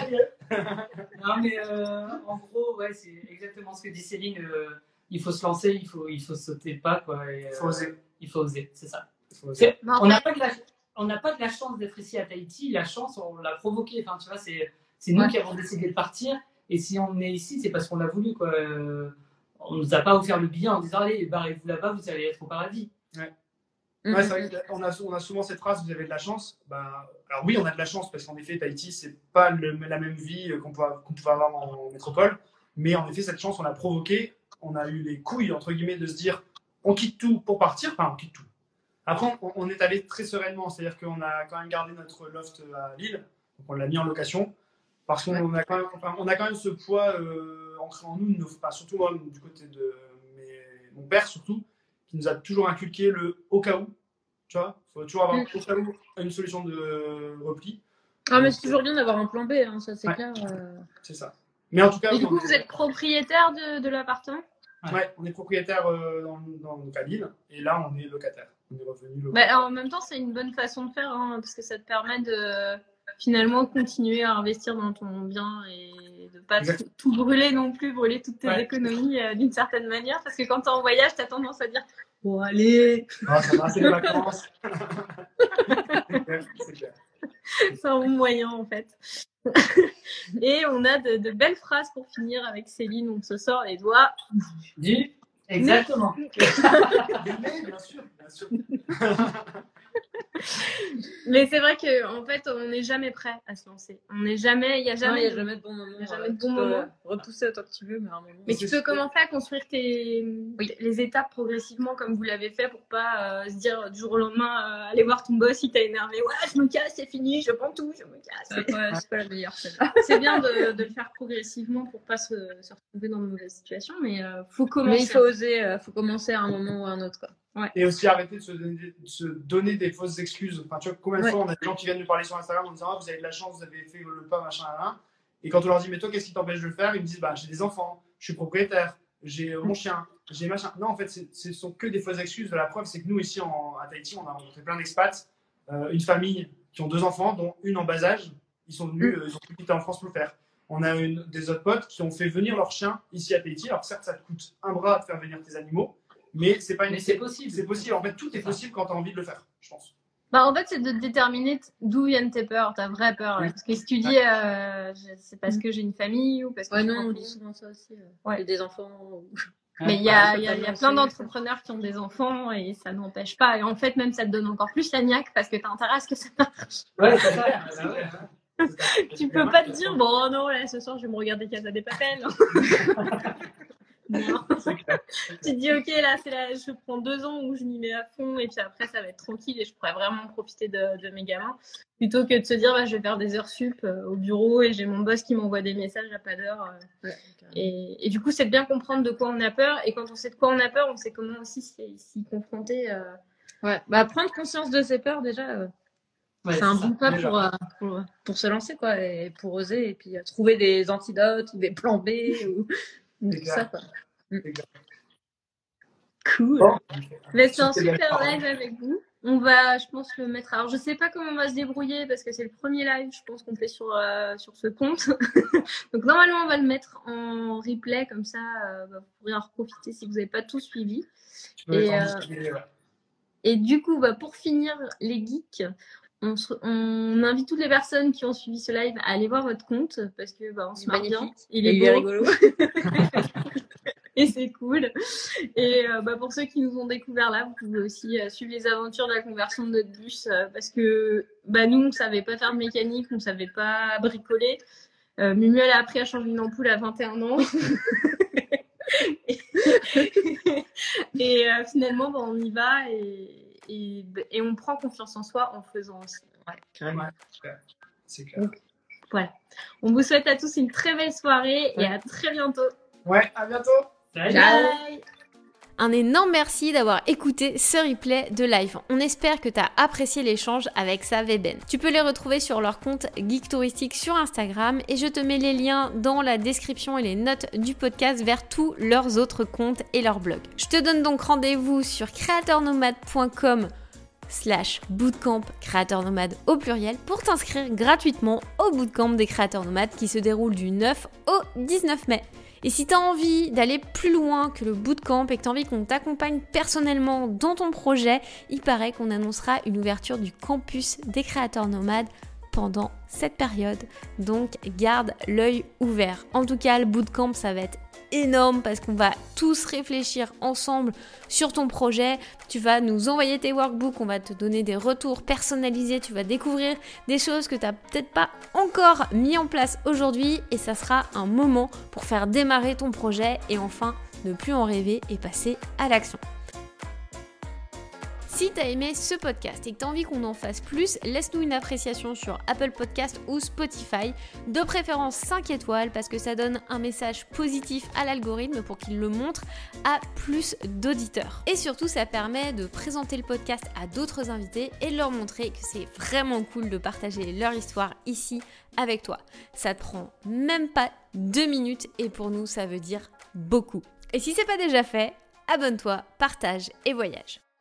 E: Non, mais en gros, c'est exactement ce que dit Céline. Il faut se lancer, il faut sauter le pas, quoi. Il faut oser, c'est ça. On n'a pas de la chance d'être ici à Tahiti. La chance, on l'a provoquée. Enfin, tu vois, c'est nous qui avons décidé de partir. Et si on est ici, c'est parce qu'on l'a voulu, quoi. On nous a pas offert le billet en disant allez, barrez-vous là-bas, vous allez être au paradis.
D: Ouais, c'est vrai qu'on a souvent cette phrase, vous avez de la chance. Alors oui, on a de la chance parce qu'en effet, Tahiti, c'est pas la même vie qu'on pouvait avoir en métropole. Mais en effet, cette chance, on l'a provoquée. On a eu les couilles, entre guillemets, de se dire on quitte tout pour partir. Enfin, on quitte tout. Après, on est allé très sereinement. C'est-à-dire qu'on a quand même gardé notre loft à Lille. Donc, on l'a mis en location. Parce qu'on a quand même ce poids ancré en nous, surtout moi, du côté de mon père, surtout, qui nous a toujours inculqué le au cas où. Tu vois, il faut toujours avoir au cas où une solution de repli.
B: Mais c'est toujours bien d'avoir un plan B, hein, ça c'est clair.
D: C'est ça. Mais en tout cas.
C: Et du coup, vous êtes propriétaire de l'appartement?
D: Ouais, on est propriétaire à Lille et là on est locataire. On est revenu locataire.
C: En même temps, c'est une bonne façon de faire parce que ça te permet finalement continuer à investir dans ton bien et de pas
D: Exactement.
C: tout brûler non plus, brûler toutes tes économies d'une certaine manière. Parce que quand t'es en voyage, t'as tendance à dire « Bon, allez !»
D: Ça va, c'est les vacances. C'est clair.
C: C'est un bon moyen en fait. Et on a de belles phrases pour finir avec Céline. On se sort les doigts.
E: Exactement.
D: Mais, bien sûr.
C: Mais c'est vrai qu'en fait, on n'est jamais prêt à se lancer. Il n'y a jamais
B: de bon moment.
C: Il y a jamais de bon moment.
B: Repousser autant que tu veux, mais à un moment.
C: Mais tu peux commencer à construire les étapes progressivement comme vous l'avez fait pour pas se dire du jour au lendemain, aller voir ton boss, il t'a énervé. Ouais, je me casse, c'est fini, je prends tout, je me casse.
B: C'est pas la meilleure chose.
C: C'est bien de le faire progressivement pour pas se retrouver dans de mauvaises situations, mais faut commencer.
B: Mais il faut oser, faut commencer à un moment ou à un autre, quoi.
C: Ouais.
D: Et aussi arrêter de se donner des fausses excuses. Enfin, tu vois, combien de fois on a des gens qui viennent nous parler sur Instagram en disant vous avez de la chance, vous avez fait le pas, machin, là. Et quand on leur dit mais toi, qu'est-ce qui t'empêche de le faire, ils me disent j'ai des enfants, je suis propriétaire, j'ai mon chien, j'ai machin. Non, en fait, ce sont que des fausses excuses. La preuve, c'est que nous, ici à Tahiti, on a rencontré plein d'expats, une famille qui ont 2 enfants, dont une en bas âge. Ils sont venus, ils ont pu quitter en France pour le faire. On a des autres potes qui ont fait venir leur chien ici à Tahiti. Alors certes, ça te coûte un bras de faire venir tes animaux. Mais c'est possible. C'est possible. En fait, tout est possible quand tu as envie de le faire, je pense.
C: En fait, c'est de déterminer d'où viennent tes peurs, ta vraie peur.
D: Oui.
C: Parce que si tu dis c'est parce que j'ai une famille ou parce que
B: non, on dit souvent ça aussi. J'ai des enfants.
C: Mais il y a plein d'entrepreneurs qui ont des enfants et ça n'empêche pas. Et en fait, même ça te donne encore plus la niaque parce que tu as intérêt à ce que ça marche.
E: Ouais, c'est ça.
C: Tu peux pas te dire bon non là ce soir je vais me regarder Casa des Papel. Non. Tu te dis ok là je prends 2 ans où je m'y mets à fond et puis après ça va être tranquille et je pourrais vraiment profiter de mes gamins plutôt que de se dire je vais faire des heures sup au bureau et j'ai mon boss qui m'envoie des messages à pas d'heure et du coup c'est de bien comprendre de quoi on a peur et quand on sait de quoi on a peur on sait comment aussi s'y confronter.
B: Prendre conscience de ses peurs déjà. C'est un bon pas pour se lancer quoi et pour oser et puis trouver des antidotes ou des plans B ou tout ça quoi. Cool.
D: Bon.
C: Mais c'est un super live avec vous. On va, je pense, le mettre. Alors, je sais pas comment on va se débrouiller parce que c'est le premier live, je pense, qu'on fait sur ce compte. Donc, normalement, on va le mettre en replay comme ça, vous pourrez en profiter si vous n'avez pas tout suivi. Et du coup, pour finir, les geeks. On invite toutes les personnes qui ont suivi ce live à aller voir votre compte parce que on se marre bien. Il est rigolo. Et c'est cool. Et pour ceux qui nous ont découvert là, vous pouvez aussi suivre les aventures de la conversion de notre bus parce que nous, on savait pas faire de mécanique, on savait pas bricoler. Mumu, elle a appris à changer une ampoule à 21 ans. Et finalement, on y va et on prend confiance en soi en faisant aussi.
B: Ouais, carrément.
D: C'est clair.
C: Donc, voilà. On vous souhaite à tous une très belle soirée et à très bientôt.
D: Ouais, à bientôt.
E: Salut.
C: Bye.
A: Un énorme merci d'avoir écouté ce replay de live. On espère que tu as apprécié l'échange avec Sav et Ben. Tu peux les retrouver sur leur compte Geek Touristique sur Instagram et je te mets les liens dans la description et les notes du podcast vers tous leurs autres comptes et leurs blogs. Je te donne donc rendez-vous sur createurnomade.com/bootcamp créateur nomade au pluriel pour t'inscrire gratuitement au bootcamp des créateurs nomades qui se déroule du 9 au 19 mai. Et si tu as envie d'aller plus loin que le bootcamp et que tu as envie qu'on t'accompagne personnellement dans ton projet, il paraît qu'on annoncera une ouverture du campus des créateurs nomades pendant cette période. Donc garde l'œil ouvert. En tout cas, le bootcamp, ça va être énorme parce qu'on va tous réfléchir ensemble sur ton projet. Tu vas nous envoyer tes workbooks, on va te donner des retours personnalisés, tu vas découvrir des choses que tu n'as peut-être pas encore mis en place aujourd'hui et ça sera un moment pour faire démarrer ton projet et enfin ne plus en rêver et passer à l'action. Si tu as aimé ce podcast et que tu as envie qu'on en fasse plus, laisse-nous une appréciation sur Apple Podcast ou Spotify, de préférence 5 étoiles parce que ça donne un message positif à l'algorithme pour qu'il le montre à plus d'auditeurs. Et surtout, ça permet de présenter le podcast à d'autres invités et de leur montrer que c'est vraiment cool de partager leur histoire ici avec toi. Ça te prend même pas 2 minutes et pour nous, ça veut dire beaucoup. Et si c'est pas déjà fait, abonne-toi, partage et voyage.